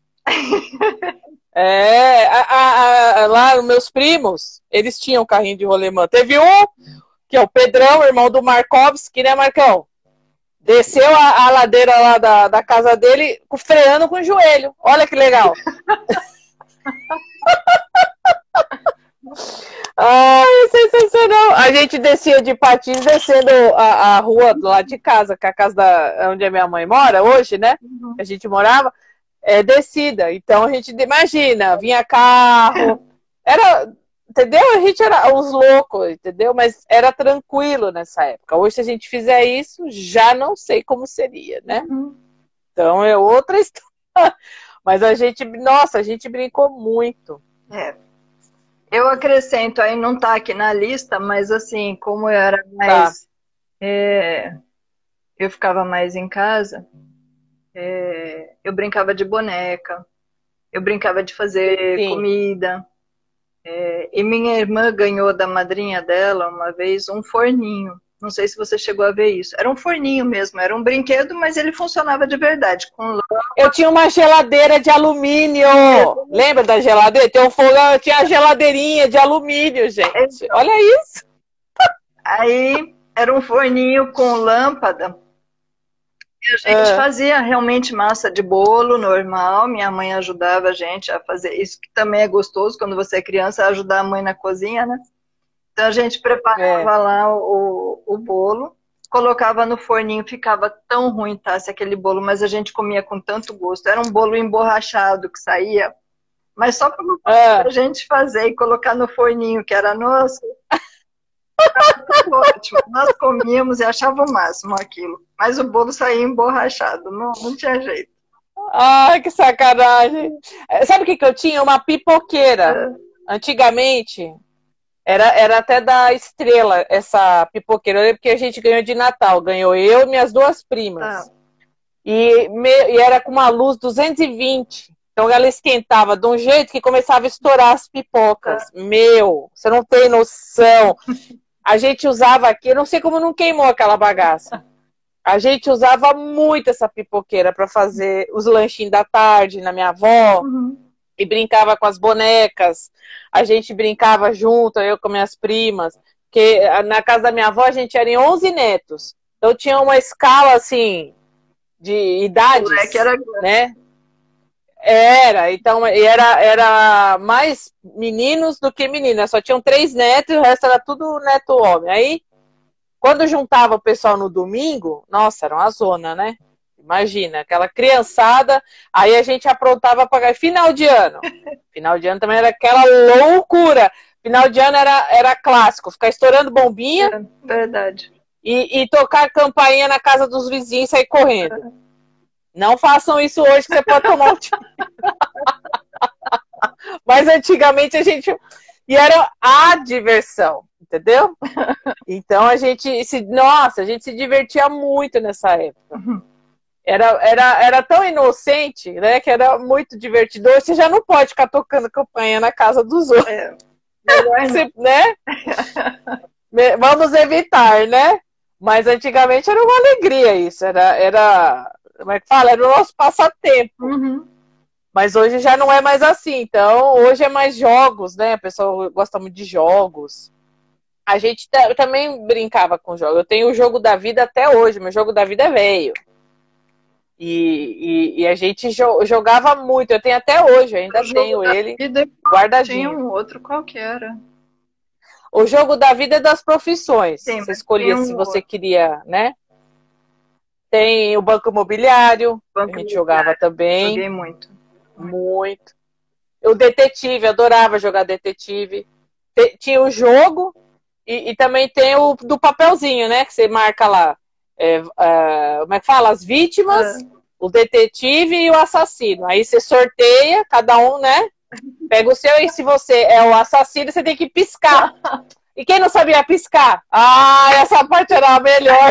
Lá, meus primos, eles tinham carrinho de rolemã. Teve um, que é o Pedrão, irmão do Markovski, né, Marcão? Desceu a ladeira lá da casa dele, freando com o joelho. Olha que legal. Ai, sensacional. A gente descia de patins, descendo a rua do lado de casa, que é a casa onde a minha mãe mora hoje, né? A gente morava, descida. Então a gente, imagina, vinha carro. Entendeu? A gente era uns loucos, entendeu? Mas era tranquilo nessa época. Hoje, se a gente fizer isso, já não sei como seria, né? Então é outra história. Mas a gente brincou muito. Eu acrescento, aí não tá aqui na lista, mas assim, como eu era mais... eu ficava mais em casa, eu brincava de boneca, eu brincava de fazer comida. E minha irmã ganhou da madrinha dela uma vez um forninho. Não sei se você chegou a ver isso. Era um forninho mesmo, era um brinquedo, mas ele funcionava de verdade. Eu tinha uma geladeira de alumínio. Lembra da geladeira? Tem um fogão, eu tinha a geladeirinha de alumínio, gente. Olha isso. Aí era um forninho com lâmpada. E a gente fazia realmente massa de bolo normal. Minha mãe ajudava a gente a fazer isso, que também é gostoso quando você é criança, ajudar a mãe na cozinha, né? Então a gente preparava lá o bolo, colocava no forninho, ficava tão ruim, aquele bolo, mas a gente comia com tanto gosto. Era um bolo emborrachado que saía, mas só para a gente fazer e colocar no forninho, que era nosso. Ótimo. Nós comíamos e achávamos o máximo aquilo. Mas o bolo saía emborrachado, não tinha jeito. Ai, que sacanagem. Sabe o que eu tinha? Uma pipoqueira. Antigamente, era até da Estrela, essa pipoqueira. Eu lembro que a gente ganhou de Natal. Ganhou eu e minhas duas primas. E era com uma luz 220. Então ela esquentava de um jeito que começava a estourar as pipocas. Meu, você não tem noção. A gente usava aqui, eu não sei como não queimou aquela bagaça. A gente usava muito essa pipoqueira para fazer os lanchinhos da tarde na minha avó. E brincava com as bonecas. A gente brincava junto, eu com minhas primas. Porque na casa da minha avó a gente era em 11 netos. Então tinha uma escala assim de idades, né? Então era mais meninos do que meninas. Só tinham 3 netos e o resto era tudo neto homem. Aí, quando juntava o pessoal no domingo, nossa, era uma zona, né? Imagina, aquela criançada, aí a gente aprontava para final de ano. Final de ano também era aquela loucura. Final de ano era clássico, ficar estourando bombinha. Verdade. E tocar campainha na casa dos vizinhos e sair correndo. Não façam isso hoje que você pode tomar um tiro. Mas antigamente a gente... E era a diversão, entendeu? Então a gente se divertia muito nessa época. Era tão inocente, né? Que era muito divertido. Hoje você já não pode ficar tocando campainha na casa dos outros. Você, né? Vamos evitar, né? Mas antigamente era uma alegria isso. Como é que fala? Era o nosso passatempo. Uhum. Mas hoje já não é mais assim. Então, hoje é mais jogos, né? A pessoa gosta muito de jogos. A gente também brincava com jogos. Eu tenho o jogo da vida até hoje. Meu jogo da vida é velho. E a gente jogava muito. Eu tenho até hoje, eu ainda tenho ele guardadinho. Tinha um outro qualquer. O jogo da vida é das profissões. Sim, você escolhia se você queria, né? Tem o Banco Imobiliário, a gente jogava também. Joguei muito. Muito. O detetive, adorava jogar detetive. Tinha o jogo e também tem o do papelzinho, né? Que você marca lá. Como é que fala? As vítimas, o detetive e o assassino. Aí você sorteia, cada um, né? Pega o seu e se você é o assassino, você tem que piscar. E quem não sabia piscar? Ah, essa parte era a melhor.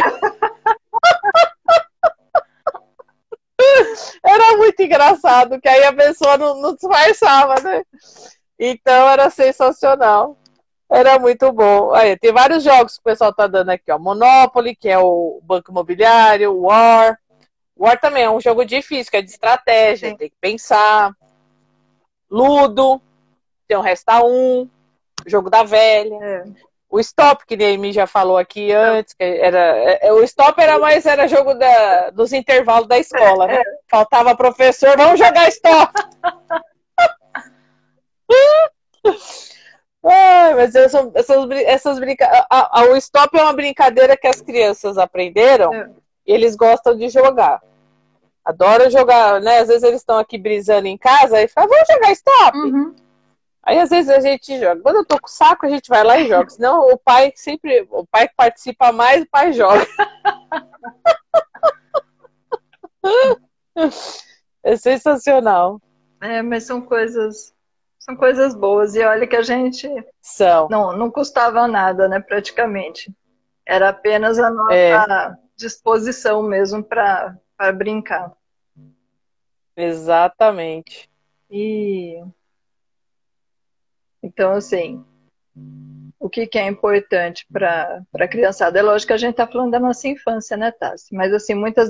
Era muito engraçado, que aí a pessoa não disfarçava, né? Então era sensacional. Era muito bom. Aí, tem vários jogos que o pessoal tá dando aqui, ó. Monopoly, que é o Banco Imobiliário, War. War também é um jogo difícil, que é de estratégia, tem que pensar. Ludo, tem um Resta 1, jogo da velha. O Stop, que a Amy já falou aqui antes, que o Stop era jogo dos intervalos da escola, né? Faltava professor, vamos jogar Stop! Mas essas brincadeiras. O Stop é uma brincadeira que as crianças aprenderam e eles gostam de jogar. Adoram jogar, né? Às vezes eles estão aqui brisando em casa e falam, vamos jogar Stop? Uhum. Aí às vezes a gente joga. Quando eu tô com saco, a gente vai lá e joga. Senão o pai que participa mais, o pai joga. É sensacional. Mas são coisas boas. E olha que a gente não custava nada, né, praticamente. Era apenas a nossa disposição mesmo para brincar. Exatamente. Então, assim, o que é importante para a criançada? É lógico que a gente está falando da nossa infância, né, Tassi? Mas, assim, muitas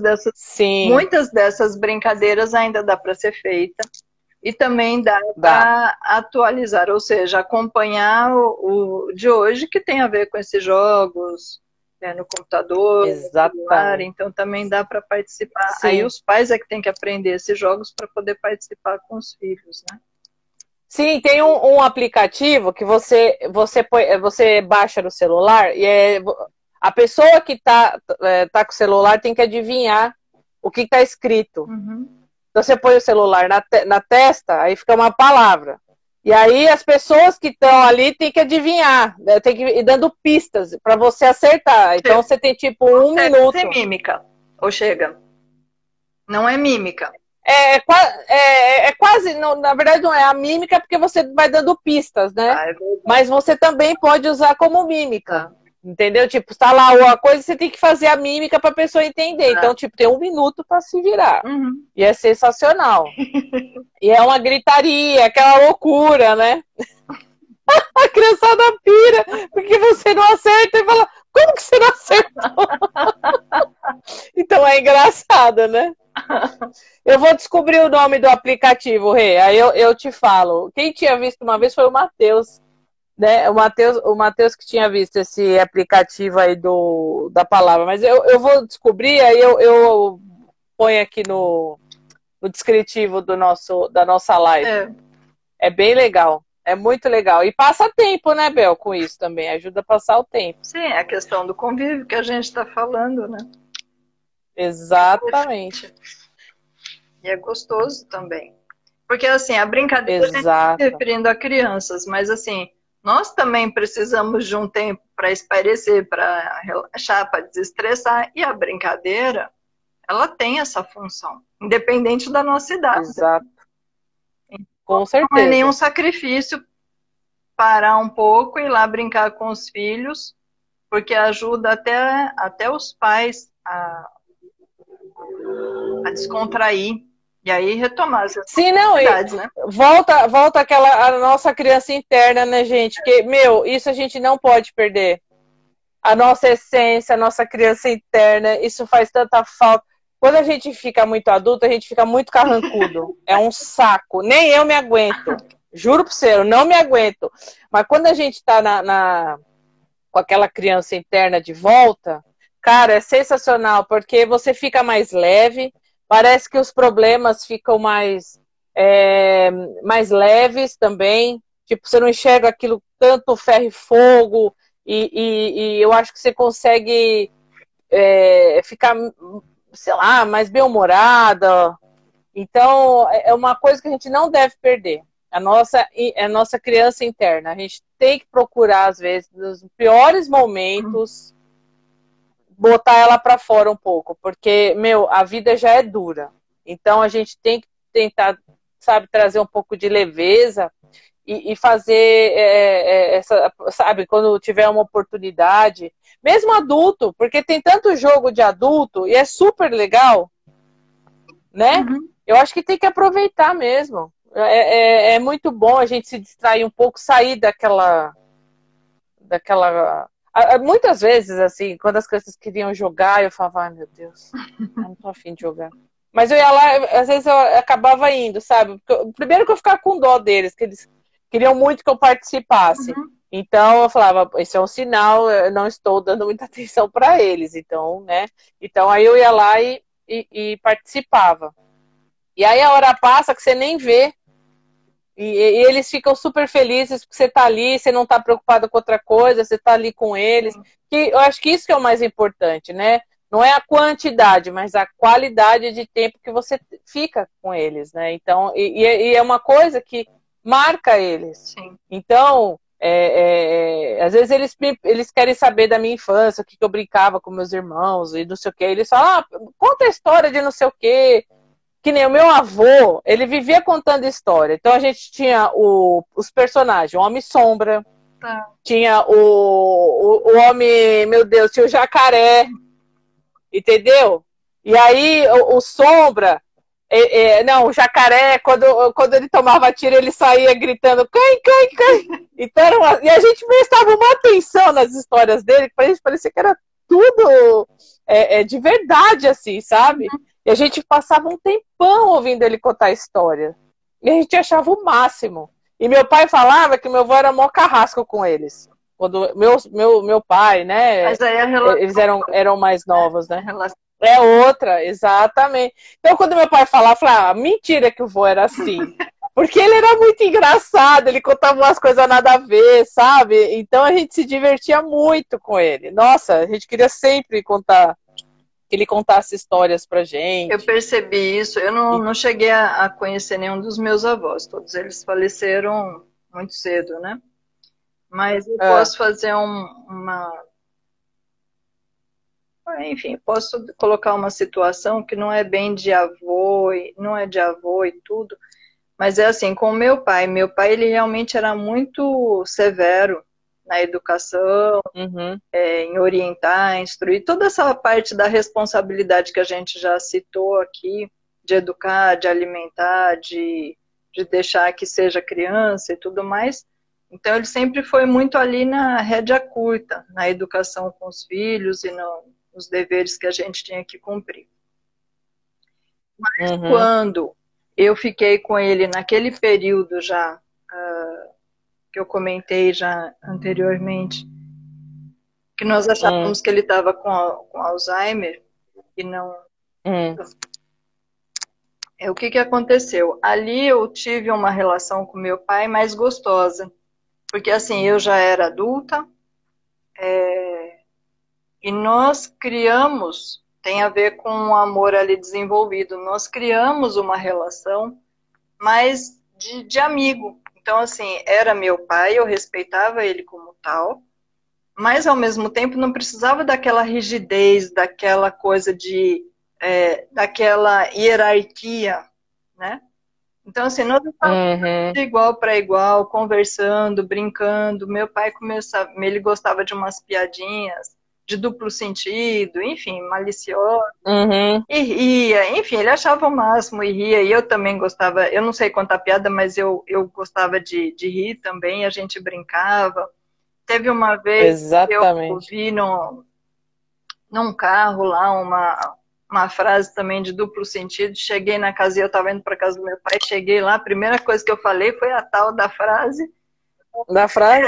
dessas brincadeiras ainda dá para ser feita. E também dá para atualizar, ou seja, acompanhar o de hoje, que tem a ver com esses jogos, né, no computador, no celular, então também dá para participar. Sim. Aí os pais é que tem que aprender esses jogos para poder participar com os filhos, né? Sim, tem um aplicativo que você baixa no celular e a pessoa que tá com o celular tem que adivinhar o que está escrito. Uhum. Então você põe o celular na testa, aí fica uma palavra. E aí as pessoas que estão ali tem que adivinhar, né? Tem que ir dando pistas para você acertar. Então você tem tipo um minuto. Tem mímica, ou chega? Não é mímica. É quase, não, na verdade não é a mímica, porque você vai dando pistas, né? Mas você também pode usar como mímica. Entendeu? Tipo, está lá uma coisa, você tem que fazer a mímica para a pessoa entender. Então, tipo, tem um minuto para se virar. Uhum. E é sensacional. E é uma gritaria, aquela loucura, né? A criançada pira, porque você não acerta e fala, como que você não acertou? Então é engraçado, né? Eu vou descobrir o nome do aplicativo, Rê. Aí eu te falo. Quem tinha visto uma vez foi o Matheus. Né? O Matheus que tinha visto esse aplicativo aí da palavra, mas eu vou descobrir, aí eu ponho aqui no descritivo da nossa live. É bem legal, é muito legal. E passa tempo, né, Bel, com isso também, ajuda a passar o tempo. Sim, é a questão do convívio que a gente está falando, né? Exatamente. E é gostoso também. Porque, assim, a brincadeira está se referindo a crianças, mas, assim, nós também precisamos de um tempo para espairecer, para relaxar, para desestressar. E a brincadeira, ela tem essa função, independente da nossa idade. Exato. Com certeza. Não é nenhum sacrifício parar um pouco e ir lá brincar com os filhos, porque ajuda até os pais a descontrair. E aí retomar as Sim, não, atividades, né? Volta aquela, a nossa criança interna, né, gente? Que, meu, isso a gente não pode perder. A nossa essência, a nossa criança interna, isso faz tanta falta. Quando a gente fica muito adulto, a gente fica muito carrancudo. É um saco. Nem eu me aguento. Juro pra você, eu não me aguento. Mas quando a gente tá com aquela criança interna de volta, cara, é sensacional, porque você fica mais leve, parece que os problemas ficam mais leves também. Tipo, você não enxerga aquilo tanto ferro e fogo, e eu acho que você consegue ficar, sei lá, mais bem-humorada. Então, é uma coisa que a gente não deve perder. A nossa criança interna. A gente tem que procurar, às vezes, nos piores momentos, botar ela para fora um pouco. Porque, meu, a vida já é dura. Então, a gente tem que tentar, sabe, trazer um pouco de leveza e fazer sabe, quando tiver uma oportunidade, mesmo adulto, porque tem tanto jogo de adulto e é super legal, né? Uhum. Eu acho que tem que aproveitar mesmo. É muito bom a gente se distrair um pouco, sair daquela. Muitas vezes, assim, quando as crianças queriam jogar, eu falava, ai meu Deus, eu não tô afim de jogar. Mas eu ia lá, às vezes eu acabava indo, sabe? Primeiro que eu ficava com dó deles, que eles queriam muito que eu participasse. Uhum. Então eu falava, isso é um sinal, eu não estou dando muita atenção para eles. Então, né? Então aí eu ia lá e participava. E aí a hora passa que você nem vê. E eles ficam super felizes porque você tá ali, você não tá preocupado com outra coisa, você tá ali com eles. Que eu acho que isso que é o mais importante, né? Não é a quantidade, mas a qualidade de tempo que você fica com eles, né? Então, e é uma coisa que marca eles. Sim. Então, às vezes eles querem saber da minha infância, o que eu brincava com meus irmãos e não sei o quê. Eles falam, conta a história de não sei o quê. Que nem o meu avô, ele vivia contando história. Então a gente tinha os personagens, o Homem-Sombra, tinha o Homem, meu Deus, tinha o Jacaré, entendeu? E aí o Sombra, não, o Jacaré, quando ele tomava tiro, ele saía gritando, cai, cai, cai. Então, e a gente prestava uma atenção nas histórias dele, que a gente parecia que era tudo de verdade, assim, sabe? E a gente passava um tempão ouvindo ele contar a história. E a gente achava o máximo. E meu pai falava que meu avô era mó carrasco com eles. Quando meu pai, né? Mas aí a relação... Eles eram mais novos, né? Relação... É outra, exatamente. Então, quando meu pai falava, eu falava, mentira que o vô era assim. Porque ele era muito engraçado, ele contava umas coisas nada a ver, sabe? Então a gente se divertia muito com ele. Nossa, a gente queria sempre que ele contasse histórias pra gente. Eu percebi isso. Eu não cheguei a conhecer nenhum dos meus avós. Todos eles faleceram muito cedo, né? Mas eu posso fazer enfim, posso colocar uma situação que não é bem de avô, não é de avô e tudo, mas é assim, com o meu pai. Meu pai, ele realmente era muito severo na educação, em orientar, instruir, toda essa parte da responsabilidade que a gente já citou aqui, de educar, de alimentar, de deixar que seja criança e tudo mais. Então, ele sempre foi muito ali na rédea curta, na educação com os filhos e nos deveres que a gente tinha que cumprir. Mas quando eu fiquei com ele naquele período já, que eu comentei já anteriormente, que nós achávamos que ele estava com Alzheimer, e não... O que aconteceu? Ali eu tive uma relação com meu pai mais gostosa, porque assim, eu já era adulta, e nós criamos, tem a ver com o amor ali desenvolvido, nós criamos uma relação mais de amigo. Então, assim, era meu pai, eu respeitava ele como tal, mas ao mesmo tempo não precisava daquela rigidez, daquela coisa daquela hierarquia, né? Então, assim, nós estávamos de igual para igual, conversando, brincando. Meu pai ele gostava de umas piadinhas, de duplo sentido, enfim, maliciosa, Uhum. e ria, enfim, ele achava o máximo e ria, e eu também gostava, eu não sei contar piada, mas eu gostava de rir também, a gente brincava. Teve uma vez que eu Exatamente. vi num carro lá uma frase também de duplo sentido, cheguei na casa e eu estava indo para casa do meu pai, cheguei lá, a primeira coisa que eu falei foi a tal da frase. Da frase?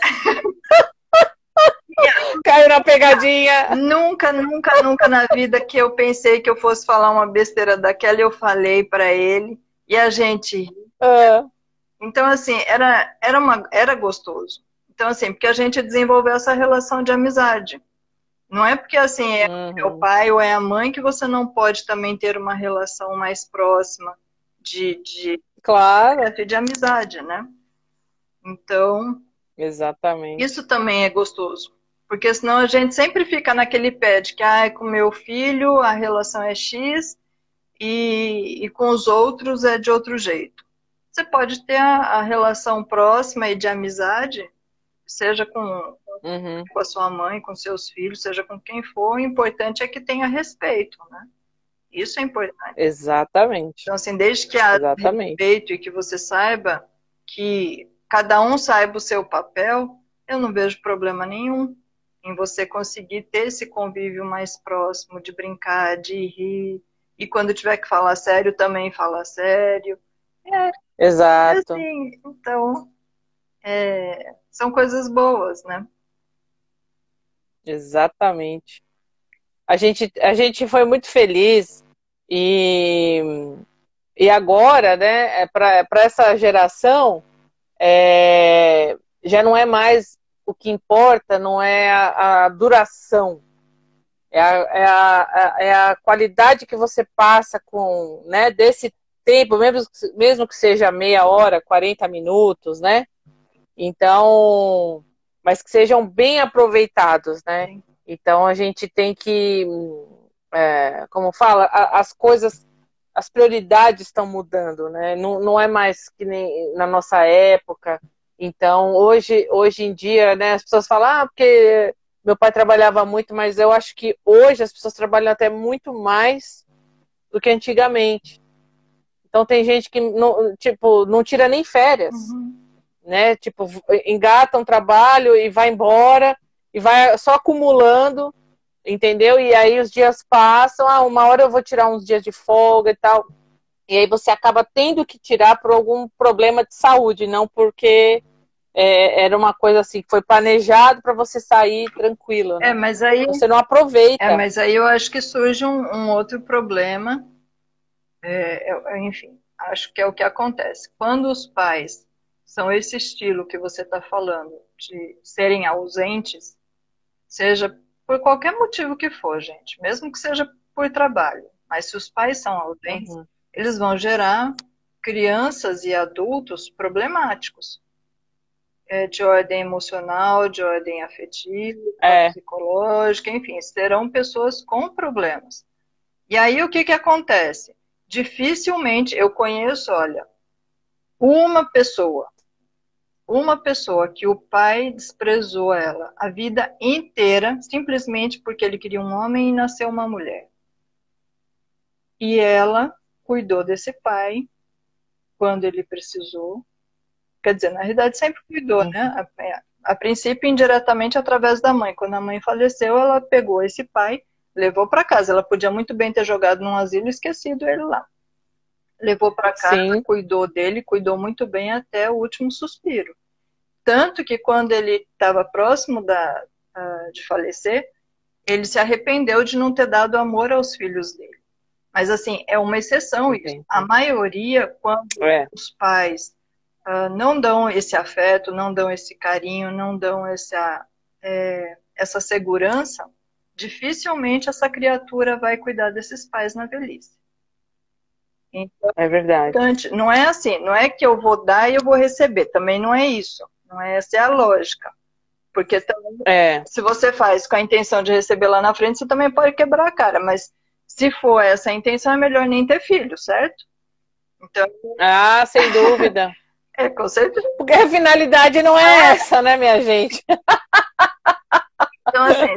Caiu na pegadinha. Nunca, nunca, nunca na vida que eu pensei que eu fosse falar uma besteira daquela, eu falei para ele e a gente. Então, assim, era gostoso. Então, assim, porque a gente desenvolveu essa relação de amizade. Não é porque, assim, é o pai ou é a mãe que você não pode também ter uma relação mais próxima Claro. de amizade, né? Então, exatamente. Isso também é gostoso. Porque senão a gente sempre fica naquele pé de que com meu filho a relação é X e com os outros é de outro jeito. Você pode ter a relação próxima e de amizade, seja com a sua mãe, com seus filhos, seja com quem for, o importante é que tenha respeito, né? Isso é importante. Exatamente. Então, assim, desde que há respeito e que você saiba que cada um saiba o seu papel, eu não vejo problema nenhum em você conseguir ter esse convívio mais próximo, de brincar, de rir, e quando tiver que falar sério, também falar sério. Exato. Assim, então, são coisas boas, né? Exatamente. A gente foi muito feliz e agora, né, para essa geração, já não é mais o que importa, não é a duração, é a qualidade que você passa com, né, desse tempo, mesmo que seja meia hora, 40 minutos, né? Então, mas que sejam bem aproveitados, né? Então a gente tem que, como fala, as coisas, as prioridades estão mudando, né? Não é mais que nem na nossa época. Então, hoje em dia, né, as pessoas falam, porque meu pai trabalhava muito, mas eu acho que hoje as pessoas trabalham até muito mais do que antigamente. Então tem gente que não tira nem férias, né? Tipo, engata um trabalho e vai embora e vai só acumulando, entendeu? E aí os dias passam, uma hora eu vou tirar uns dias de folga e tal. E aí você acaba tendo que tirar por algum problema de saúde, não porque era uma coisa assim que foi planejado para você sair tranquilo, né? Mas aí você não aproveita. Mas aí eu acho que surge um outro problema. Enfim, acho que é o que acontece. Quando os pais são esse estilo que você está falando, de serem ausentes, seja por qualquer motivo que for, gente, mesmo que seja por trabalho, mas se os pais são ausentes, eles vão gerar crianças e adultos problemáticos, de ordem emocional, de ordem afetiva, psicológica, enfim, serão pessoas com problemas. E aí o que acontece? Dificilmente eu conheço, olha, uma pessoa que o pai desprezou ela a vida inteira, simplesmente porque ele queria um homem e nasceu uma mulher. E ela cuidou desse pai quando ele precisou. Quer dizer, na realidade sempre cuidou, né? A princípio, indiretamente, através da mãe. Quando a mãe faleceu, ela pegou esse pai, levou para casa. Ela podia muito bem ter jogado num asilo e esquecido ele lá. Levou para casa, cuidou dele, cuidou muito bem até o último suspiro. Tanto que quando ele estava próximo de falecer, ele se arrependeu de não ter dado amor aos filhos dele. Mas, assim, é uma exceção isso. A maioria, quando os pais não dão esse afeto, não dão esse carinho, não dão essa segurança, dificilmente essa criatura vai cuidar desses pais na velhice. Então, é verdade. Não é assim, não é que eu vou dar e eu vou receber, também não é isso, não é essa é a lógica, porque também, se você faz com a intenção de receber lá na frente, você também pode quebrar a cara, mas se for essa a intenção, é melhor nem ter filho, certo? Então, sem dúvida. Com certeza. Porque a finalidade não é essa, né, minha gente? Então, assim,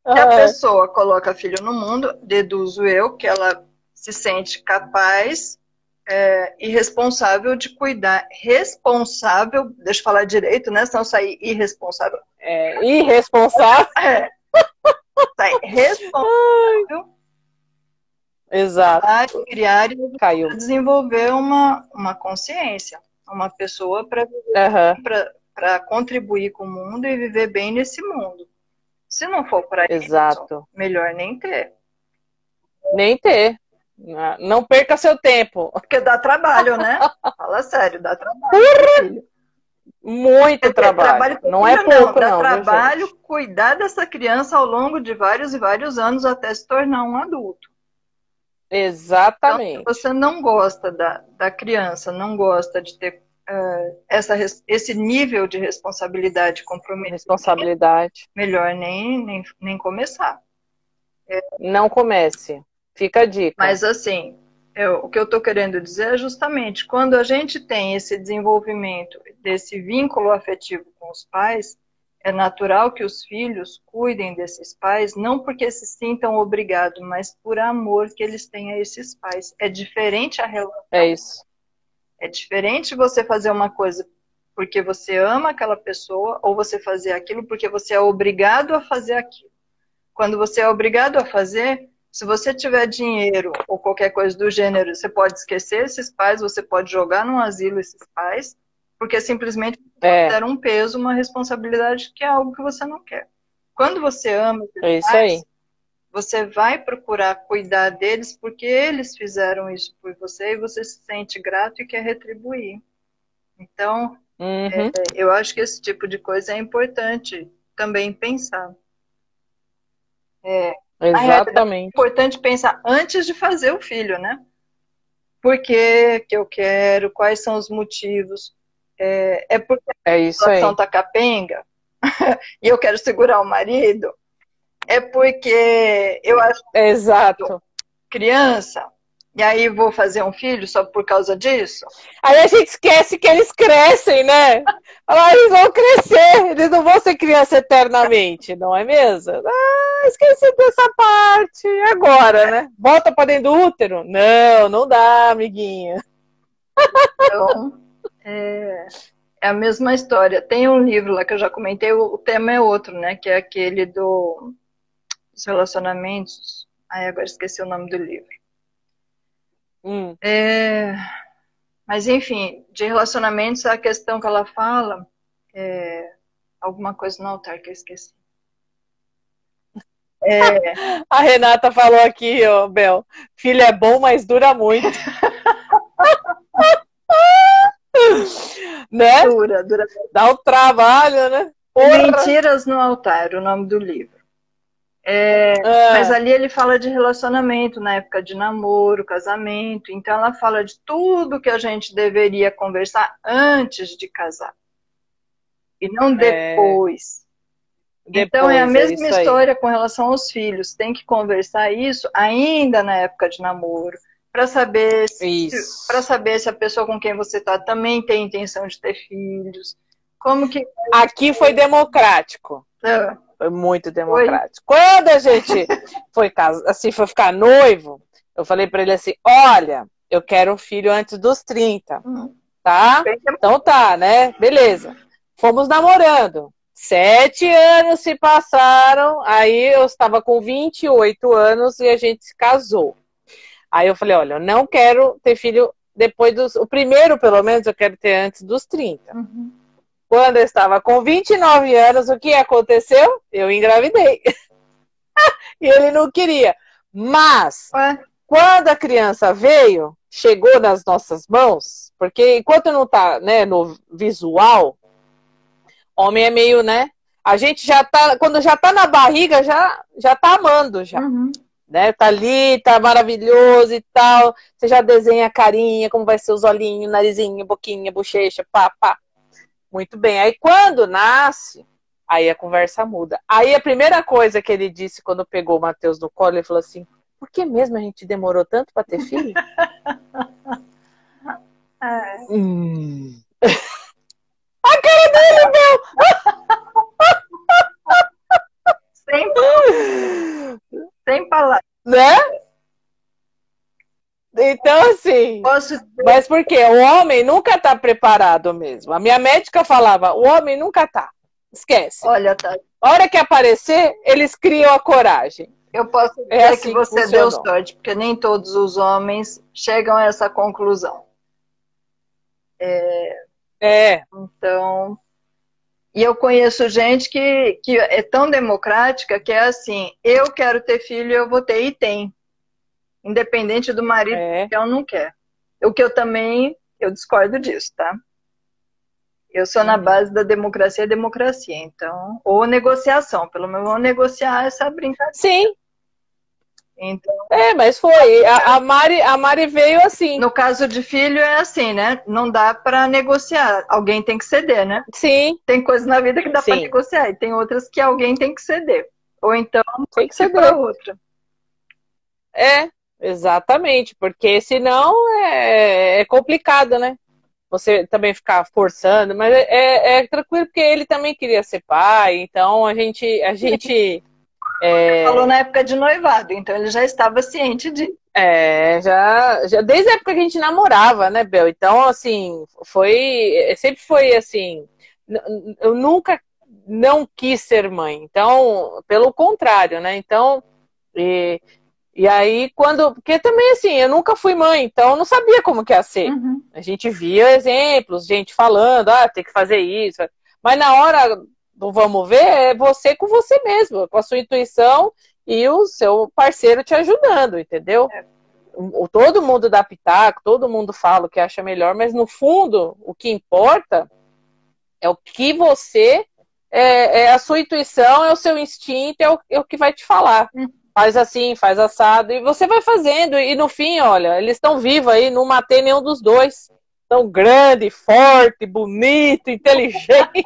Se a pessoa coloca filho no mundo, deduzo eu que ela se sente capaz e responsável de cuidar. Responsável, deixa eu falar direito, né? Senão sair irresponsável. Irresponsável. Sair responsável. Exato. A criar e Caiu. desenvolver uma consciência. Uma pessoa para contribuir com o mundo e viver bem nesse mundo. Se não for para isso, melhor nem ter. Nem ter. Não perca seu tempo. Porque dá trabalho, né? Fala sério, dá trabalho. Muito trabalho. Não é pouco, não. Dá trabalho cuidar dessa criança ao longo de vários e vários anos até se tornar um adulto. Exatamente. Então, se você não gosta da criança, não gosta de ter esse nível de responsabilidade e comprometimento, melhor nem começar. Não comece. Fica a dica. Mas assim, o que eu estou querendo dizer é justamente quando a gente tem esse desenvolvimento desse vínculo afetivo com os pais, é natural que os filhos cuidem desses pais, não porque se sintam obrigados, mas por amor que eles têm a esses pais. É diferente a relação. É isso. É diferente você fazer uma coisa porque você ama aquela pessoa ou você fazer aquilo porque você é obrigado a fazer aquilo. Quando você é obrigado a fazer, se você tiver dinheiro ou qualquer coisa do gênero, você pode esquecer esses pais, você pode jogar num asilo esses pais, porque simplesmente deram um peso, uma responsabilidade que é algo que você não quer. Quando você ama esses pais, você vai procurar cuidar deles porque eles fizeram isso por você e você se sente grato e quer retribuir. Então, eu acho que esse tipo de coisa é importante também pensar. Exatamente. É importante pensar antes de fazer o filho, né? Por que eu quero? Quais são os motivos? Porque a situação está capenga e eu quero segurar o marido? É porque eu acho Exato. criança e aí vou fazer um filho só por causa disso? Aí a gente esquece que eles crescem, né? Eles vão crescer, eles não vão ser criança eternamente, não é mesmo? Esqueci dessa parte. Agora, né? Volta para dentro do útero? Não dá, amiguinha. Então, é a mesma história. Tem um livro lá que eu já comentei, o tema é outro, né? Que é aquele dos relacionamentos. Agora esqueci o nome do livro. Mas, enfim, de relacionamentos, a questão que ela fala alguma coisa no altar que eu esqueci. A Renata falou aqui, Bel, filho é bom, mas dura muito. Né? Dura. Dá um trabalho, né? Mentiras no altar, o nome do livro. Mas ali ele fala de relacionamento, na época de namoro, casamento. Então ela fala de tudo que a gente deveria conversar antes de casar. E não depois. Então é a mesma história com relação aos filhos. Tem que conversar isso ainda na época de namoro. Para saber se a pessoa com quem você está também tem intenção de ter filhos. Como que... Aqui foi democrático. Foi muito democrático. Quando a gente foi ficar noivo, eu falei para ele assim, olha, eu quero um filho antes dos 30, tá? Então tá, né? Beleza. Fomos namorando. 7 anos se passaram, aí eu estava com 28 anos e a gente se casou. Aí eu falei, olha, eu não quero ter filho depois o primeiro, pelo menos, eu quero ter antes dos 30. Quando eu estava com 29 anos, o que aconteceu? Eu engravidei. E ele não queria. Mas, quando a criança veio, chegou nas nossas mãos, porque enquanto não tá, né, no visual, homem é meio, né? A gente já tá, quando já tá na barriga, já tá amando, já. Né? Tá ali, tá maravilhoso e tal. Você já desenha a carinha, como vai ser os olhinhos, narizinho, boquinha, bochecha, pá. Muito bem. Aí quando nasce, aí a conversa muda. Aí a primeira coisa que ele disse quando pegou o Matheus no colo, ele falou assim, por que mesmo a gente demorou tanto pra ter filho? A cara dele, meu! assim, mas por quê? O homem nunca tá preparado mesmo. A minha médica falava, o homem nunca tá. Esquece. Olha, tá. A hora que aparecer, eles criam a coragem. Eu posso dizer assim que você deu sorte, porque nem todos os homens chegam a essa conclusão. Então, e eu conheço gente que é tão democrática que é assim, eu quero ter filho, eu vou ter, e tem. Independente do marido que eu não quer. O que eu discordo disso, tá? Eu sou na base da democracia, então, ou negociação, pelo menos vamos negociar essa brincadeira. Sim. Então, mas foi. A Mari veio assim. No caso de filho é assim, né? Não dá para negociar. Alguém tem que ceder, né? Sim. Tem coisas na vida que dá para negociar e tem outras que alguém tem que ceder. Ou então tem que ceder para outra. Exatamente, porque senão é complicado, né? Você também ficar forçando, mas é tranquilo porque ele também queria ser pai, então a gente falou na época de noivado, então ele já estava ciente de... já desde a época que a gente namorava, né, Bel? Então, assim, sempre foi assim, eu nunca não quis ser mãe, então, pelo contrário, né? Então, e aí, porque também, assim, eu nunca fui mãe, então eu não sabia como que ia ser. Uhum. A gente via exemplos, gente falando, tem que fazer isso, mas na hora do vamos ver, é você com você mesmo, com a sua intuição e o seu parceiro te ajudando, entendeu? Todo mundo dá pitaco, todo mundo fala o que acha melhor, mas no fundo, o que importa é o que você, é a sua intuição, é o seu instinto, é o que vai te falar. Faz assim, faz assado, e você vai fazendo, e no fim, olha, eles estão vivos aí, não matei nenhum dos dois. Tão grande, forte, bonito, inteligente.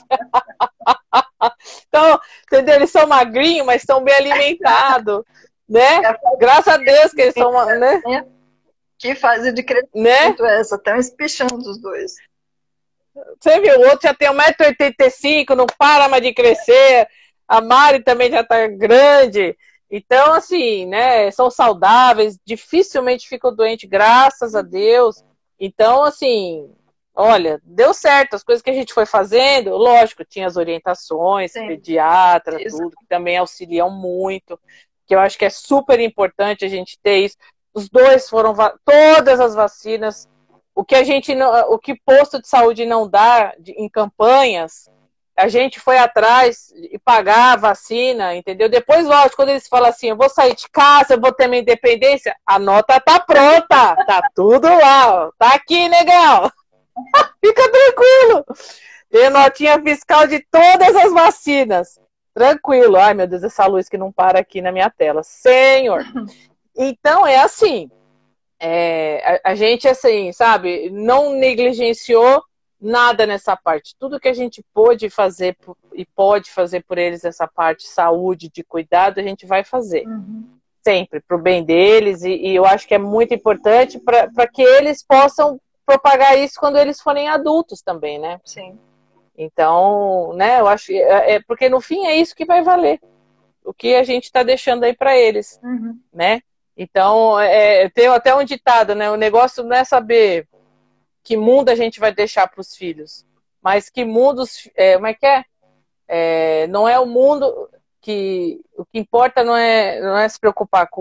Então, entendeu? Eles são magrinhos, mas estão bem alimentados, né? Graças a Deus que eles são, né? Que fase de crescimento é essa? Estão espichando os dois. Você viu, o outro já tem 1,85 m, não para mais de crescer. A Mari também já tá grande. Então, assim, né? São saudáveis, dificilmente ficam doentes, graças a Deus. Então, assim, olha, deu certo. As coisas que a gente foi fazendo, lógico, tinha as orientações, pediatra, tudo, que também auxiliam muito, que eu acho que é super importante a gente ter isso. Os dois foram, todas as vacinas, o que posto de saúde não dá em campanhas, a gente foi atrás e pagar a vacina, entendeu? Depois, lógico, quando eles falam assim, eu vou sair de casa, eu vou ter minha independência, a nota tá pronta, tá tudo lá, ó. Tá aqui, negão. Fica tranquilo. Tem notinha fiscal de todas as vacinas. Tranquilo. Ai, meu Deus, essa luz que não para aqui na minha tela. Senhor. Então, é assim, a gente, assim, sabe, não negligenciou nada nessa parte. Tudo que a gente pôde fazer e pode fazer por eles, essa parte saúde, de cuidado, a gente vai fazer. Sempre, pro bem deles. E eu acho que é muito importante para que eles possam propagar isso quando eles forem adultos também, né? Sim. Então, né, eu acho porque no fim é isso que vai valer. O que a gente está deixando aí para eles, né? Então, tem até um ditado, né? O negócio não é saber que mundo a gente vai deixar para os filhos, mas que mundos, como é que é? Não é o mundo que o que importa não é se preocupar com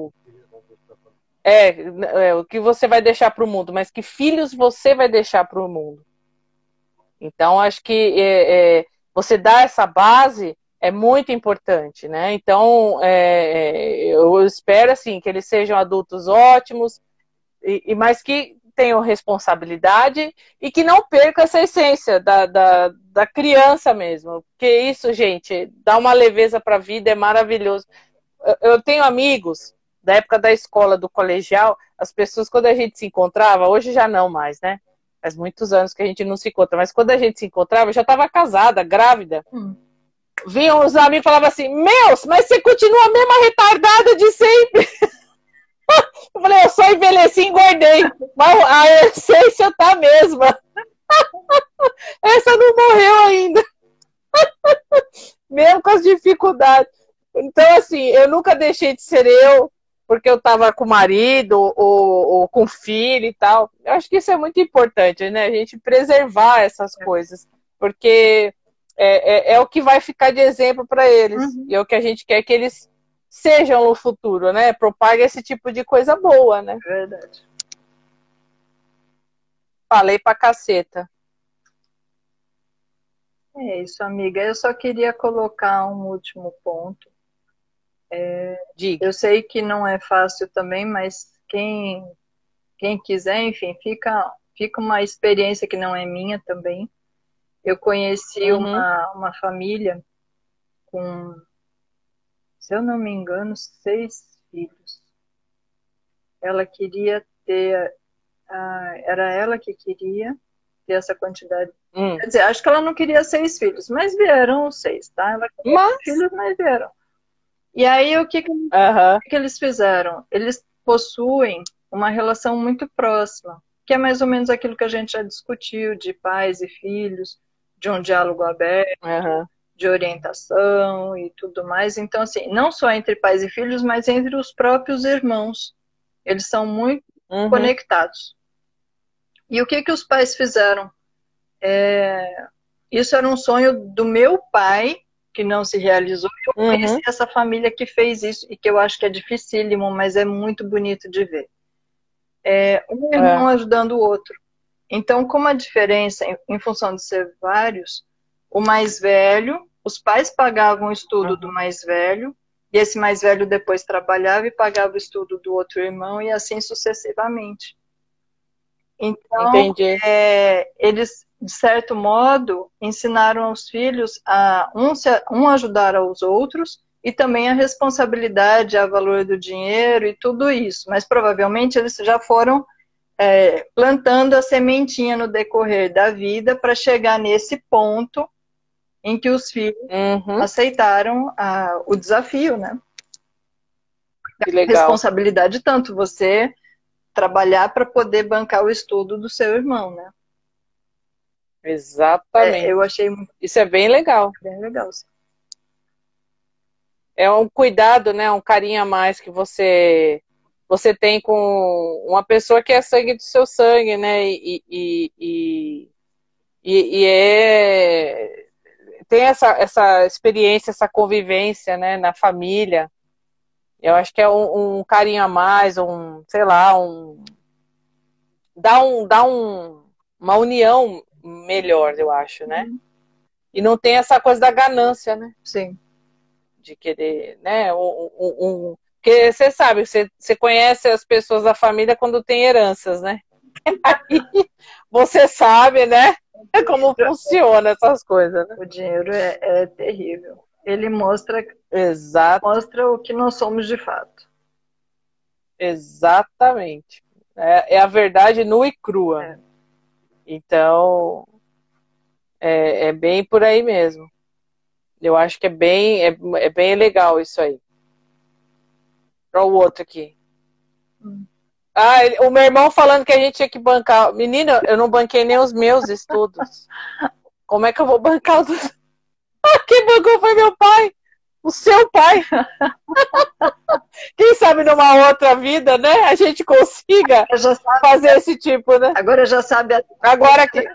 o que você vai deixar para o mundo, mas que filhos você vai deixar para o mundo. Então, acho que você dar essa base é muito importante, né? Então, eu espero assim que eles sejam adultos ótimos, mas que tenham responsabilidade e que não percam essa essência da criança mesmo. Porque isso, gente, dá uma leveza para a vida, é maravilhoso. Eu tenho amigos da época da escola, do colegial, as pessoas, quando a gente se encontrava, hoje já não mais, né? Faz muitos anos que a gente não se encontra, mas quando a gente se encontrava, eu já estava casada, grávida. Vinham os amigos e falavam assim, mas você continua a mesma retardada de sempre. Eu falei, eu só envelheci e engordei, mas a essência tá a mesma. Essa não morreu ainda. Mesmo com as dificuldades. Então, assim, eu nunca deixei de ser eu. porque eu estava com o marido ou com o filho e tal. Eu acho que isso é muito importante, né? A gente preservar essas coisas, porque é o que vai ficar de exemplo para eles. E é o que a gente quer que eles sejam no futuro, né? Propague esse tipo de coisa boa, né? Verdade. Falei pra caceta. É isso, amiga. Eu só queria colocar um último ponto. Diga. Eu sei que não é fácil também, mas quem quiser, enfim, fica uma experiência que não é minha também. Eu conheci uma família com, se eu não me engano, 6 filhos. Ela queria ter, era ela que queria ter essa quantidade. Quer dizer, acho que ela não queria 6 filhos, mas vieram 6, tá? Ela queria filhos, mas vieram. E aí, o que eles fizeram? Eles possuem uma relação muito próxima, que é mais ou menos aquilo que a gente já discutiu, de pais e filhos, de um diálogo aberto, de orientação e tudo mais. Então, assim, não só entre pais e filhos, mas entre os próprios irmãos. Eles são muito conectados. E o que os pais fizeram? Isso era um sonho do meu pai, que não se realizou. Eu conheci essa família que fez isso, e que eu acho que é dificílimo, mas é muito bonito de ver. Um irmão ajudando o outro. Então, como a diferença, em função de ser vários, o mais velho, os pais pagavam o estudo do mais velho, e esse mais velho depois trabalhava e pagava o estudo do outro irmão, e assim sucessivamente. Então, eles, de certo modo, ensinaram aos filhos a um ajudar aos outros, e também a responsabilidade, a valor do dinheiro e tudo isso. Mas provavelmente eles já foram plantando a sementinha no decorrer da vida para chegar nesse ponto em que os filhos aceitaram o desafio, né? Que legal. Responsabilidade tanto você trabalhar para poder bancar o estudo do seu irmão, né? Exatamente. Eu achei muito... Isso é bem legal. Bem legal, sim. É um cuidado, né? Um carinho a mais que você tem com uma pessoa que é sangue do seu sangue, né? Tem essa experiência, essa convivência, né? Na família. Eu acho que é um carinho a mais, sei lá, dá uma união melhor, eu acho, né? E não tem essa coisa da ganância, né? Sim. De querer, né? Porque você sabe, você conhece as pessoas da família quando tem heranças, né? Aí você sabe, né? Como funciona essas coisas, né? O dinheiro é terrível. Ele mostra o que nós somos de fato. Exatamente. É a verdade nua e crua. Então, é bem por aí mesmo. Eu acho que é bem legal isso aí. Olha o outro aqui. O meu irmão falando que a gente tinha que bancar. Menina, eu não banquei nem os meus estudos. Como é que eu vou bancar os... Quem bancou foi meu pai. O seu pai. Quem sabe numa outra vida, né? A gente consiga fazer esse tipo, né? Agora já sabe. Agora que...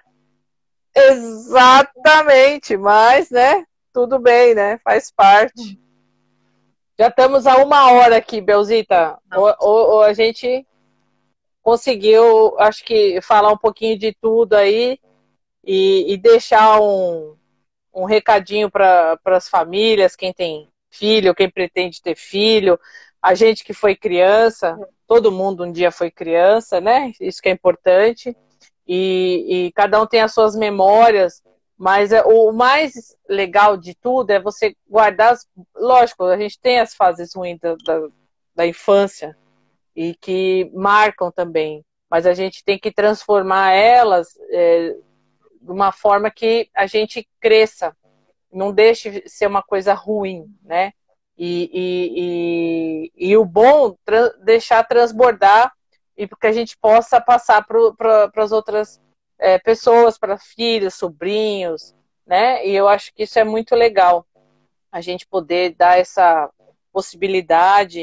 Exatamente. Mas, né? Tudo bem, né? Faz parte. Já estamos a 1 hora aqui, Belzita. Ou a gente conseguiu, acho que, falar um pouquinho de tudo aí e deixar um recadinho para as famílias, quem tem filho, quem pretende ter filho, a gente que foi criança, todo mundo um dia foi criança, né? Isso que é importante. E cada um tem as suas memórias, mas o mais legal de tudo é você guardar, lógico, a gente tem as fases ruins da infância e que marcam também, mas a gente tem que transformar elas de uma forma que a gente cresça, não deixe de ser uma coisa ruim, né? E o bom, deixar transbordar e que a gente possa passar para as outras pessoas, para filhos, sobrinhos, né? E eu acho que isso é muito legal, a gente poder dar essa possibilidade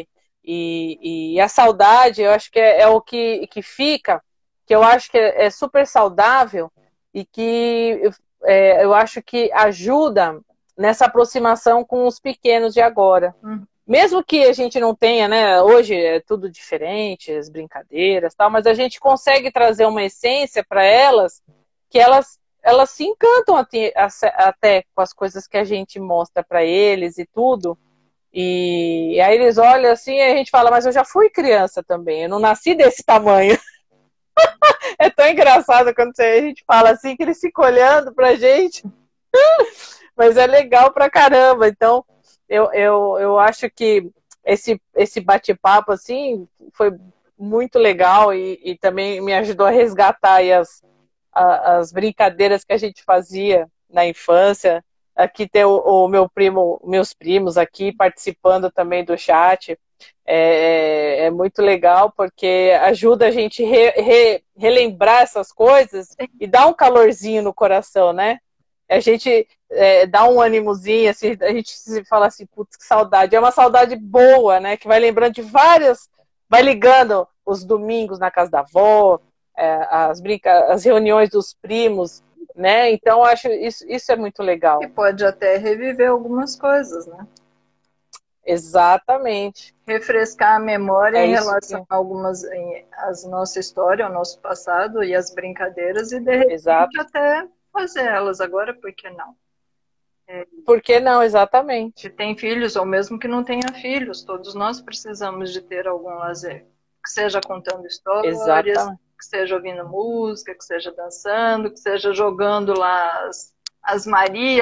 E a saudade, eu acho que é o que fica, que eu acho que é super saudável e que eu acho que ajuda nessa aproximação com os pequenos de agora. Mesmo que a gente não tenha, né? Hoje é tudo diferente, as brincadeiras, tal, mas a gente consegue trazer uma essência para elas que elas se encantam até com as coisas que a gente mostra para eles e tudo. E aí eles olham assim e a gente fala, mas eu já fui criança também, eu não nasci desse tamanho. É tão engraçado quando a gente fala assim, que eles ficam olhando pra gente. Mas é legal pra caramba. Então, eu acho que esse bate-papo assim foi muito legal e também me ajudou a resgatar aí as brincadeiras que a gente fazia na infância. Aqui tem meus primos aqui participando também do chat. É muito legal porque ajuda a gente relembrar essas coisas e dá um calorzinho no coração, né? A gente dá um ânimozinho, assim, a gente se fala assim, putz, que saudade. É uma saudade boa, né? Que vai lembrando de várias, vai ligando os domingos na casa da avó, as reuniões dos primos, né? Então, acho isso é muito legal. E pode até reviver algumas coisas, né? Exatamente. Refrescar a memória em relação a as nossa história, ao nosso passado e as brincadeiras e de repente até fazer elas agora, por que não? Por que não, exatamente. Se tem filhos ou mesmo que não tenha filhos, todos nós precisamos de ter algum lazer. Que seja contando histórias, exatamente. Que seja ouvindo música, que seja dançando, que seja jogando lá as Marias.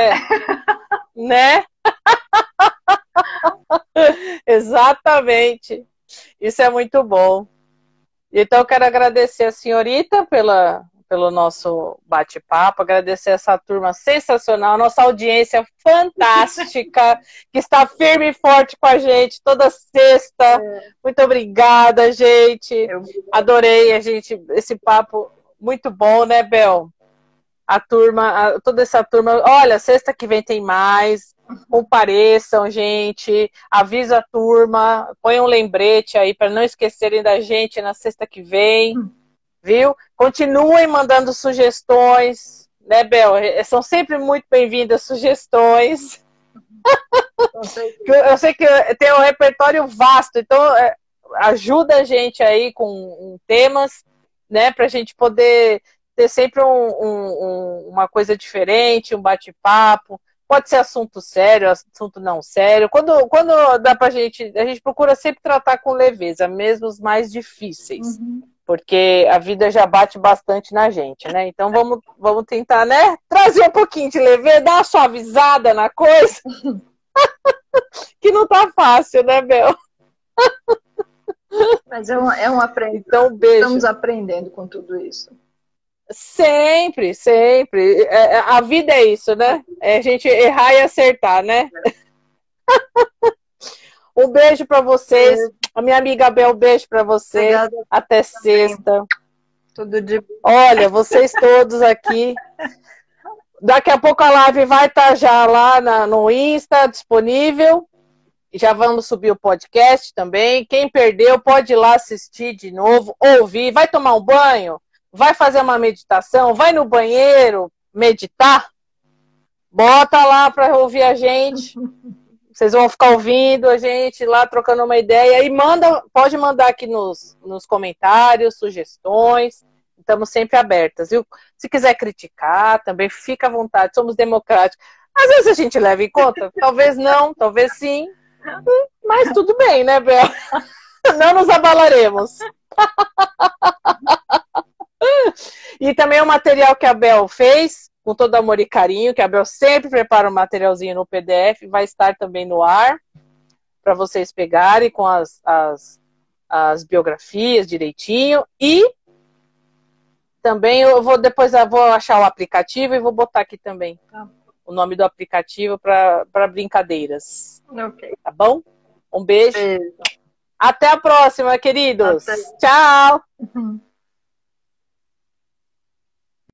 Né? Exatamente. Isso é muito bom. Então, eu quero agradecer a senhorita pelo nosso bate-papo, agradecer essa turma sensacional, nossa audiência fantástica, que está firme e forte com a gente toda sexta. Muito obrigada, gente. Adorei esse papo muito bom, né, Bel? Toda essa turma. Olha, sexta que vem tem mais. Compareçam, gente. Avisa a turma. Põe um lembrete aí para não esquecerem da gente na sexta que vem. Viu? Continuem mandando sugestões, né, Bel? São sempre muito bem-vindas sugestões. Eu sei que tem um repertório vasto, então ajuda a gente aí com temas, né, pra gente poder ter sempre uma coisa diferente, um bate-papo. Pode ser assunto sério, assunto não sério. Quando dá pra gente, a gente procura sempre tratar com leveza, mesmo os mais difíceis. Porque a vida já bate bastante na gente, né? Então vamos tentar, né? Trazer um pouquinho de leveza, dar uma suavizada na coisa. Que não tá fácil, né, Bel? Mas é um aprendizado. Então, beijo. Estamos aprendendo com tudo isso. Sempre, sempre. A vida é isso, né? É a gente errar e acertar, né? Um beijo para vocês. A minha amiga Bel, um beijo para você. Obrigada. Até sexta. Tudo de bom. Olha, vocês todos aqui. Daqui a pouco a live vai estar já lá no Insta, disponível. Já vamos subir o podcast também. Quem perdeu pode ir lá assistir de novo, ouvir. Vai tomar um banho? Vai fazer uma meditação? Vai no banheiro meditar? Bota lá para ouvir a gente. Vocês vão ficar ouvindo a gente lá, trocando uma ideia. E pode mandar aqui nos comentários, sugestões. Estamos sempre abertas, viu? Se quiser criticar, também fica à vontade. Somos democráticos. Às vezes a gente leva em conta. Talvez não, talvez sim. Mas tudo bem, né, Bel? Não nos abalaremos. E também o material que a Bel fez, com todo amor e carinho, que a Bel sempre prepara um materialzinho no PDF, vai estar também no ar, para vocês pegarem com as biografias direitinho. E também depois eu vou achar o aplicativo e vou botar aqui também o nome do aplicativo para brincadeiras. Okay. Tá bom? Um beijo. Beijo. Até a próxima, queridos. Tchau.